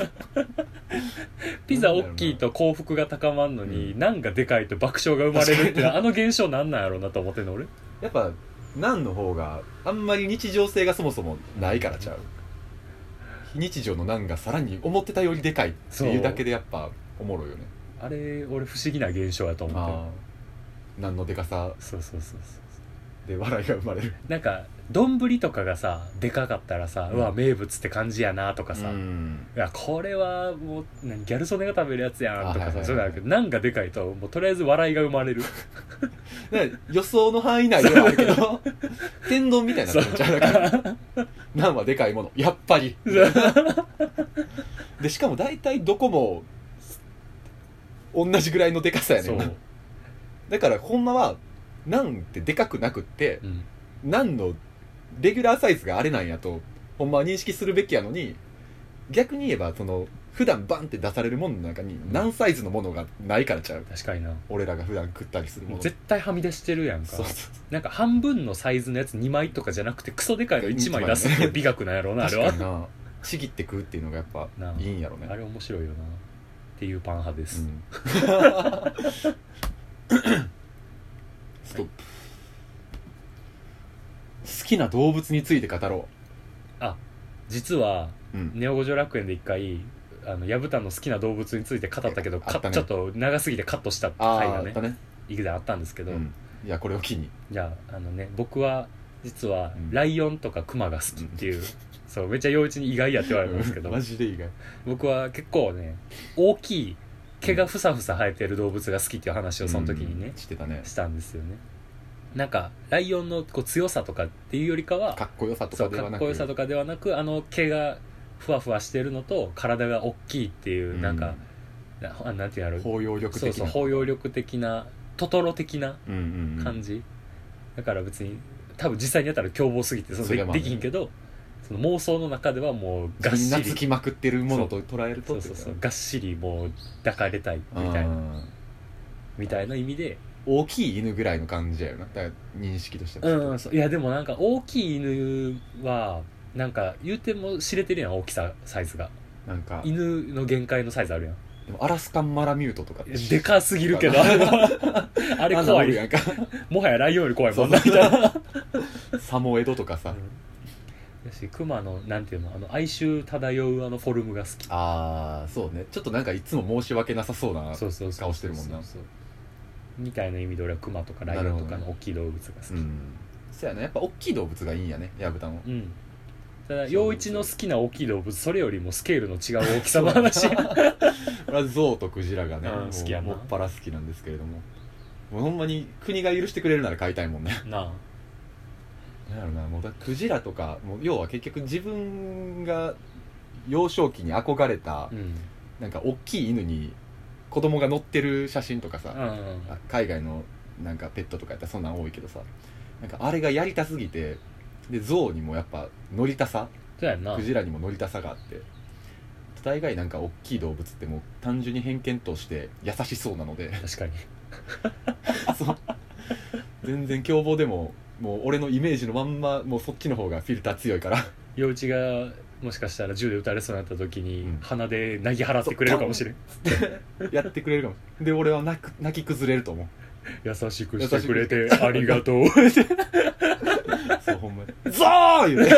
ピザ大きいと幸福が高まるのに、うん、ナンがでかいと爆笑が生まれるってあの現象なんなんやろうなと思ってんの俺。 やっぱナンの方があんまり日常性がそもそもないからちゃう。非日常のナンがさらに思ってたよりでかいっていうだけでやっぱおもろいよね。 あれ俺不思議な現象やと思ってる。 ナンのでかさそうそうそうそうで笑いが生まれる。 なんか丼とかがさでかかったらさ、うん、うわ名物って感じやなとかさ、うん、いやこれはもう何ギャル曽根が食べるやつやんとかさ、そういうのあるけど、ナンがでかいともうとりあえず笑いが生まれる予想の範囲内ではあるけど天丼みたいになっちゃうからナンはでかいものやっぱりでしかも大体どこも同じぐらいのでかさやねんな。だからほんまはナンってでかくなくって、うん、ナンのレギュラーサイズがあれなんやとほんまは認識するべきやのに、逆に言えばその普段バンって出されるものの中にナンサイズのものがないからちゃう。 確かにな。 俺らが普段食ったりするもの絶対はみ出してるやんか。そうそうそう。なんか半分のサイズのやつにまいとかじゃなくてクソでかいのいちまい出すって美学なんやろうなあれは。 確かにな。ちぎって食うっていうのがやっぱいいんやろね。 あれ面白いよなっていうパン派です、うん、 ストップ。好きな動物について語ろう。 あ、実は、うん、ネオ五条楽園で一回あのヤブタンの好きな動物について語ったけど、ね、ちょっと長すぎてカットした回が ね, あ、ねいくつあったんですけど、うん、 いやこれを機にじゃああのね僕は実はライオンとかクマが好きっていう、うん、そうめっちゃ陽一に意外やって言われるんですけどマジで意外。 僕は結構ね大きい毛がふさふさ生えてる動物が好きっていう話をその時に ね,、うん、 してたねしたんですよね。なんかライオンのこう強さとかっていうよりかはかっこよさとかではなく、 かっこよさとかではなくあの毛がふわふわしてるのと体が大きいっていう、うん、なんかななんていうの包容力的なそうそう包容力的なトトロ的な感じ、うんうんうん、だから別に多分実際にやったら凶暴すぎてその で, できひんけどその妄想の中ではもうがっしり懐きまくってるものと捉えるとそうそうそうがっしりもう抱かれたいみたいなみたいな意味で大きい犬ぐらいの感じだよな。だから認識としては、うん、そういやでもなんか大きい犬はなんか言うても知れてるやん大きさサイズが。なんか犬の限界のサイズあるやん。 でもアラスカンマラミュートとかでかすぎるけどあれあれ怖いやんかもはやライオンより怖いもんなみたいなサモエドとかさ、 うん、だしクマのなんていうのあの哀愁漂うあのフォルムが好き。 ああそうね。ちょっとなんかいつも申し訳なさそうな顔してるもんなみたいな意味で俺はクマとかライオンとかの大きい動物が好き。うん、 そうやね。やっぱ大きい動物がいいんやねヤブタも。うん。 ただ陽一の好きな大きい動物それよりもスケールの違う大きさの話俺はゾウとクジラがね、うん、好きやな。もっぱら好きなんですけれども、もうほんまに国が許してくれるなら飼いたいもんねなあ。なんやろな、もうだクジラとかもう要は結局自分が幼少期に憧れた、うん、なんか大きい犬に子供が乗ってる写真とかさ、うんうん、海外のなんかペットとかやったらそんなん多いけどさ、なんかあれがやりたすぎて、でゾウにもやっぱ乗りたさ、 そうやんな、 クジラにも乗りたさがあって、大概なんか大きい動物ってもう単純に偏見として優しそうなので確かにそう全然凶暴でももう俺のイメージのまんまもうそっちの方がフィルター強いから陽一がもしかしたら銃で撃たれそうになった時に、うん、鼻でなぎ払ってくれるかもしれんやってくれるかもで俺は泣く泣き崩れると思う。 優しくしてくれてありがとうそうほんまにゾー言うて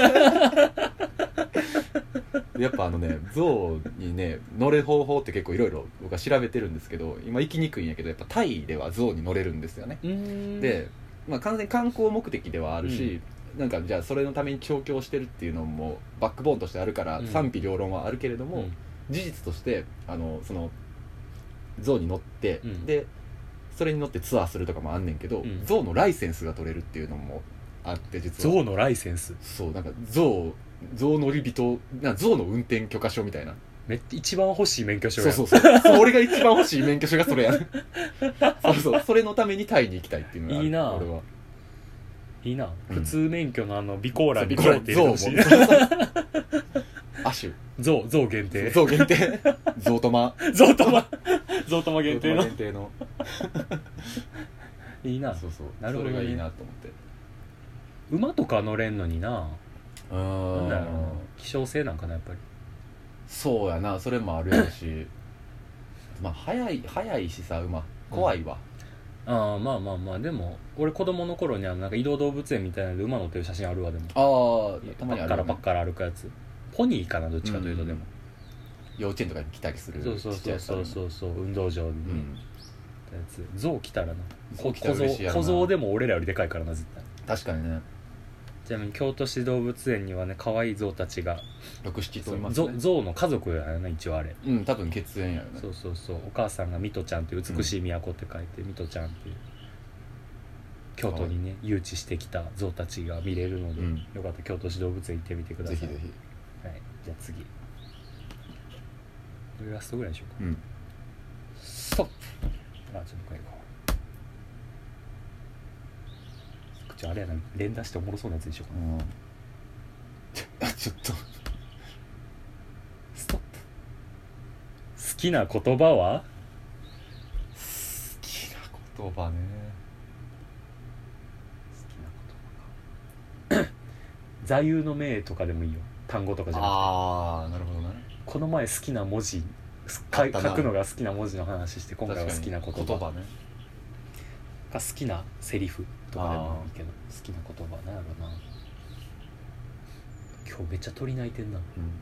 やっぱあのねゾウにね乗る方法って結構いろいろ僕は調べてるんですけど、今行きにくいんやけどやっぱタイではゾウに乗れるんですよね。で、まあ、完全に観光目的ではあるし、うん、なんかじゃあそれのために調教してるっていうのもバックボーンとしてあるから賛否両論はあるけれども、うん、事実としてあのそのゾウに乗って、うん、でそれに乗ってツアーするとかもあんねんけど、うん、ゾウのライセンスが取れるっていうのもあって実はゾウのライセンスそうなんかゾウゾウ乗り人なゾウの運転許可証みたいなめっ一番欲しい免許証やそうそうそうそう俺が一番欲しい免許証がそれやねそうそうそれのためにタイに行きたいっていうのがある。 いいな俺はいいな、うん、普通免許のあの備考欄にゾウって入れてほしいアシュゾウゾウ限定ゾウ限定ゾウトマゾウトマゾウトマ限定の限定のいいな。 そうそうなるほど、ね、それがいいなと思って。 馬とか乗れんのにな。 うーんなんだろうな、希少性なんかなやっぱり。 そうやな、それもあるやしまあ速い速いしさ馬怖いわ、 うん、ああまあまあまあでも俺子供の頃にはなんか移動動物園みたいなので馬乗ってる写真あるわ。でもああたまにある、ね、 パッカラパッカラ歩くやつポニーかなどっちかというと。でも、 うん、幼稚園とかに来たりするそうそうそうそうそうそう運動場に、ね、うん、やつ象来たらな小僧小僧でも俺らよりでかいからな絶対。 確かにね。 ちなみに京都市動物園にはね可愛い象たちがろく、ななといますね。 象の家族やよね一応あれ。 うん多分血縁やよね。 そうそうそうお母さんが水戸ちゃんっていう美しい都って書いて、うん、水戸ちゃんっていう京都にね誘致してきた象たちが見れるので、うん、よかったら京都市動物園行ってみてください。 ぜひぜひ。 はい、じゃあ次これラストぐらいでしょうか。 うんストップ。あちょっとこれこうあれやな連打しておもろそうなやつでしょうか、 うん、あちょっとストップ。好きな言葉は？ 好きな言葉ね。 好きな言葉か座右の銘とかでもいいよ。単語とかじゃなくて。 ああなるほどね。 この前好きな文字書くのが好きな文字の話して今回は好きな言葉言葉ねか好きなセリフとかでもいいけど好きな言葉なんやろな。今日めっちゃ鳥鳴いてんな、うん、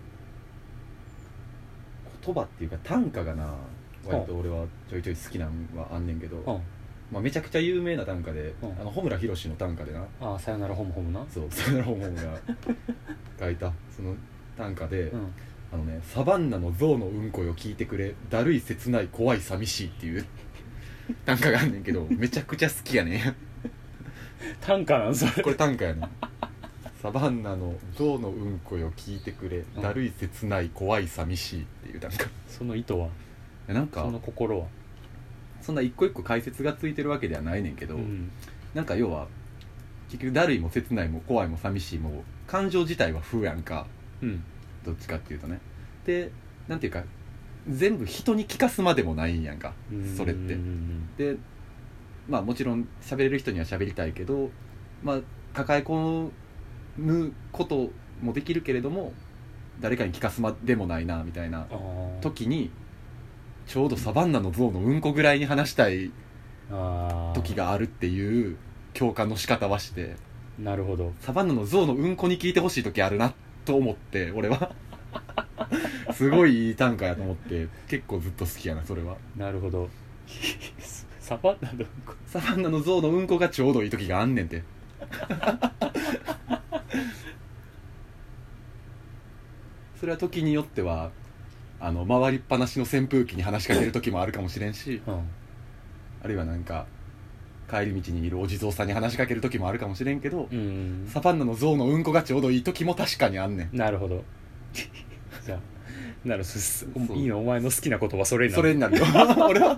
言葉っていうか短歌がな割と俺はちょいちょい好きなんはあんねんけど、うんまあ、めちゃくちゃ有名な短歌で、うん、あの穂村弘の短歌でなあさよならホムホムなそうさよならホムホムが書いたその短歌で、うんあのね、サバンナの象のうんこよ聞いてくれだるい切ない怖い寂しいっていう短歌があんねんけどめちゃくちゃ好きやねん短歌なんそれこれ短歌やねんサバンナの象のうんこよ聞いてくれだるい切ない怖い寂しいっていう短歌。 その意図はなんかその心はそんな一個一個解説がついてるわけではないねんけど、うん、なんか要は結局だるいも切ないも怖いも寂しいも感情自体は風やんか、うんどっちかっていうとね。でなんていうか全部人に聞かすまでもないんやんかそれって。でまあもちろん喋れる人には喋りたいけど、まあ抱え込むこともできるけれども誰かに聞かすまでもないなみたいな時にちょうどサバンナの象のうんこぐらいに話したい時があるっていう共感の仕方はして。 なるほど。 サバンナの象のうんこに聞いてほしい時あるなと思って俺はすごいいい短歌やと思って結構ずっと好きやなそれは。 なるほどサバンナのうんこサバンナの象のうんこがちょうどいい時があんねんてそれは時によってはあの回りっぱなしの扇風機に話しかける時もあるかもしれんし、うん、あるいはなんか帰り道にいるお地蔵さんに話しかける時もあるかもしれんけど、うん、サバンナの象のうんこがちょうどいい時も確かにあんねん。 なるほどじゃあなるいいのお前の好きな言葉それになるそれになるよ俺は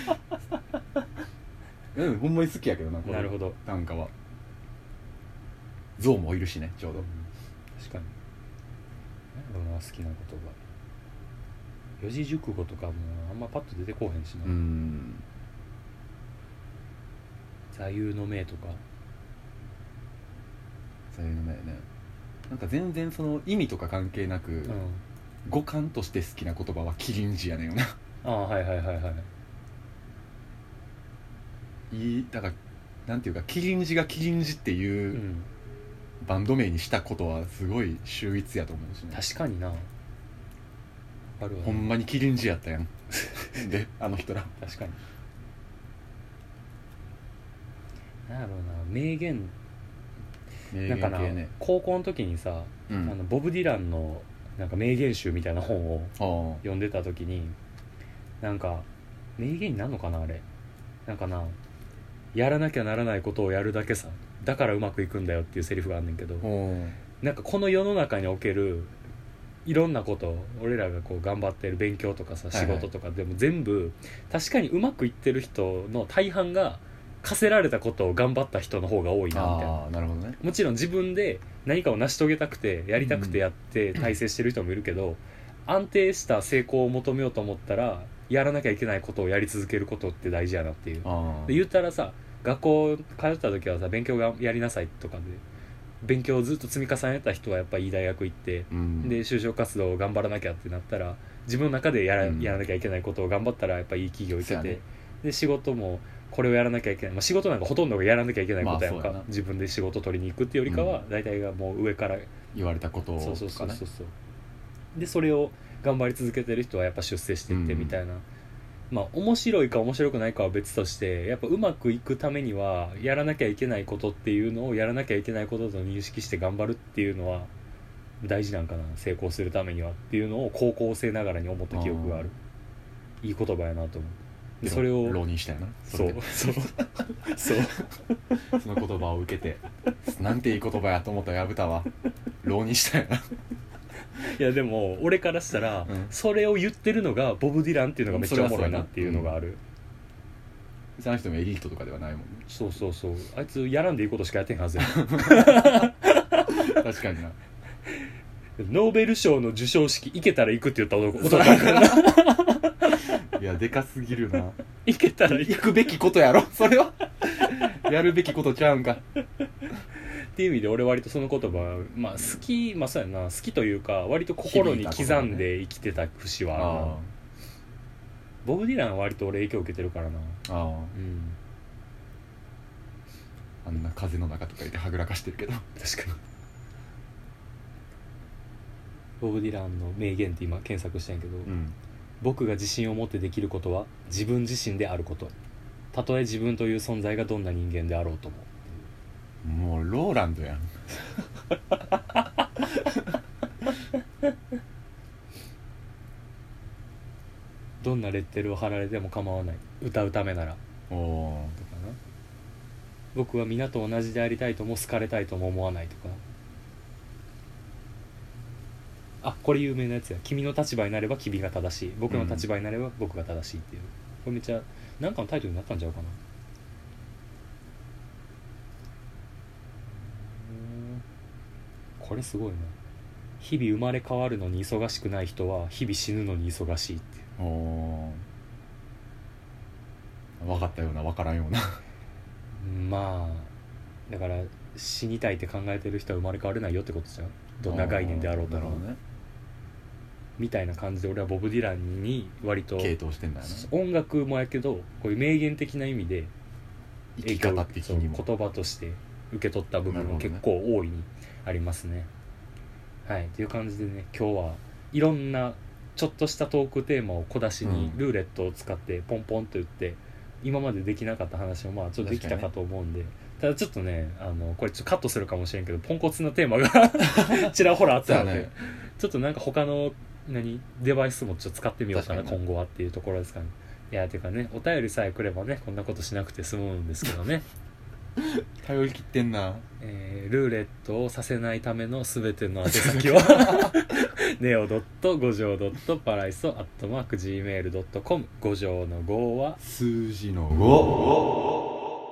うんほんまに好きやけどなこれ。 なるほど。 短歌は象もいるしねちょうど、うん、 確かに何だろうな好きな言葉四字熟語とかもあんまパッと出てこうへんしな。 うん座右の銘とか座右の銘ねなんか全然その意味とか関係なく、うん、語感として好きな言葉はキリンジやねんよなああはいはいはいはいいいだからなんていうかキリンジがキリンジっていう、うん、バンド名にしたことはすごい秀逸やと思うしね。 確かになあるわ、ね、ほんまにキリンジやったやんであの人ら確かになんやろうな名言名言系ね、なんかな高校の時にさ、うん、あのボブ・ディランのなんか名言集みたいな本を読んでた時になんか名言になるのかなあれなんかなやらなきゃならないことをやるだけさだからうまくいくんだよっていうセリフがあんねんけどなんかこの世の中におけるいろんなこと俺らがこう頑張ってる勉強とかさ仕事とかでも全部確かにうまくいってる人の大半が課せられたことを頑張った人の方が多いなみたいな。 あ、なるほどね。 もちろん自分で何かを成し遂げたくてやりたくてやって大成してる人もいるけど、うん、安定した成功を求めようと思ったらやらなきゃいけないことをやり続けることって大事やなっていう。で言ったらさ学校通った時はさ勉強がやりなさいとかで勉強をずっと積み重ねた人はやっぱりいい大学行って、うん、で就職活動を頑張らなきゃってなったら自分の中でや ら,、うん、やらなきゃいけないことを頑張ったらやっぱりいい企業行ってて、ね、で仕事もこれをやらなきゃいけない、まあ、仕事なんかほとんどがやらなきゃいけないことやんか、まあ、自分で仕事取りに行くっていうよりかは、うん、大体がもう上から言われたことを、ね、 そうそうそうそうそうでそれを頑張り続けてる人はやっぱ出世していってみたいな、うん、まあ面白いか面白くないかは別としてやっぱうまくいくためにはやらなきゃいけないことっていうのをやらなきゃいけないことと認識して頑張るっていうのは大事なんかな成功するためにはっていうのを高校生ながらに思った記憶がある。いい言葉やなと思う。でそれを浪人したよな。 そうそうそうその言葉を受けてなんていい言葉やと思った矢蓋は浪人したよな。 いやでも俺からしたら、うん、それを言ってるのがボブ・ディランっていうのがめっちゃおもろいなっていうのがある。 その人もエリートとかではないもんね。 そうそうそう、あいつやらんでいいことしかやってんはずや確かにな。 ノーベル賞の授賞式行けたら行くって言った男いやでかすぎるな。 行けたら行くべきことやろそれはやるべきことちゃうんかっていう意味で俺割とその言葉、まあ、好き、まあそうやな好きというか割と心に刻んで生きてた節はあるな。あボブ・ディランは割と俺影響受けてるからな。あ、うん、 あんな風の中とかいてはぐらかしてるけど確かにボブ・ディランの名言って今検索したんやけど、うん、僕が自信を持ってできることは自分自身であること、たとえ自分という存在がどんな人間であろうとも。 もうローランドやんどんなレッテルを貼られても構わない、歌うためなら。おーとかな。僕は皆と同じでありたいとも好かれたいとも思わないとか。あ、これ有名なやつや。君の立場になれば君が正しい、僕の立場になれば僕が正しいっていう、うん、これめっちゃなんかのタイトルになったんちゃうかな。これすごいな。日々生まれ変わるのに忙しくない人は日々死ぬのに忙しいっていう。お分かったような分からんようなまあだから死にたいって考えてる人は生まれ変われないよってことじゃん、どんな概念であろうとも、ね、みたいな感じで俺はボブ・ディランに割と傾倒してんだよね。 音楽もやけどこういう名言的な意味で生き方的にも言葉として受け取った部分も結構大いにありますね。はいという感じでね今日はいろんなちょっとしたトークテーマを小出しにルーレットを使ってポンポンと言って、うん、今までできなかった話もまあちょっとできたかと思うんで、ただちょっとねあのこれちょっとカットするかもしれんけどポンコツなテーマがちらほらあったので、ね、ちょっとなんか他の何デバイスもちょっと使ってみようかな今後はっていうところですかね。いやてかねお便りさえ来ればねこんなことしなくて済むんですけどね頼り切ってんな、 えー、ルーレットをさせないためのすべての宛先はネオ五条パライソアットマーク ジーメールドットコム 五条のごは数字のご。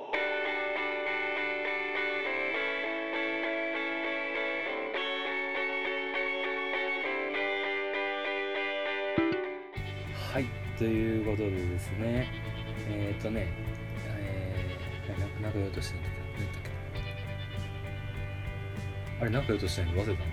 はいということでですねえっ、ー、とねえー、なんか言おうとしてんだけど何だっけあれなんか言うとしたのに忘れたの。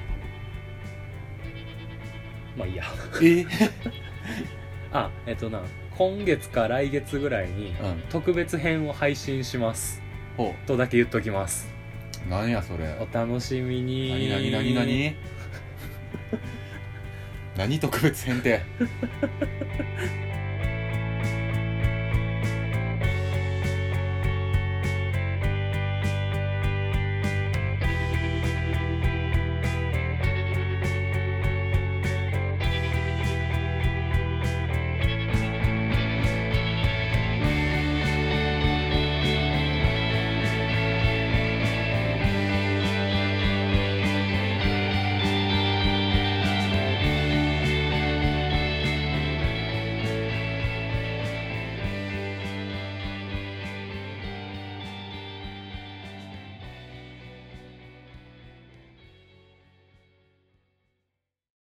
まあいいやえあえっとな今月か来月ぐらいに特別編を配信します、うん、とだけ言っときます。 何やそれ、 お楽しみに。 何何何何何特別編って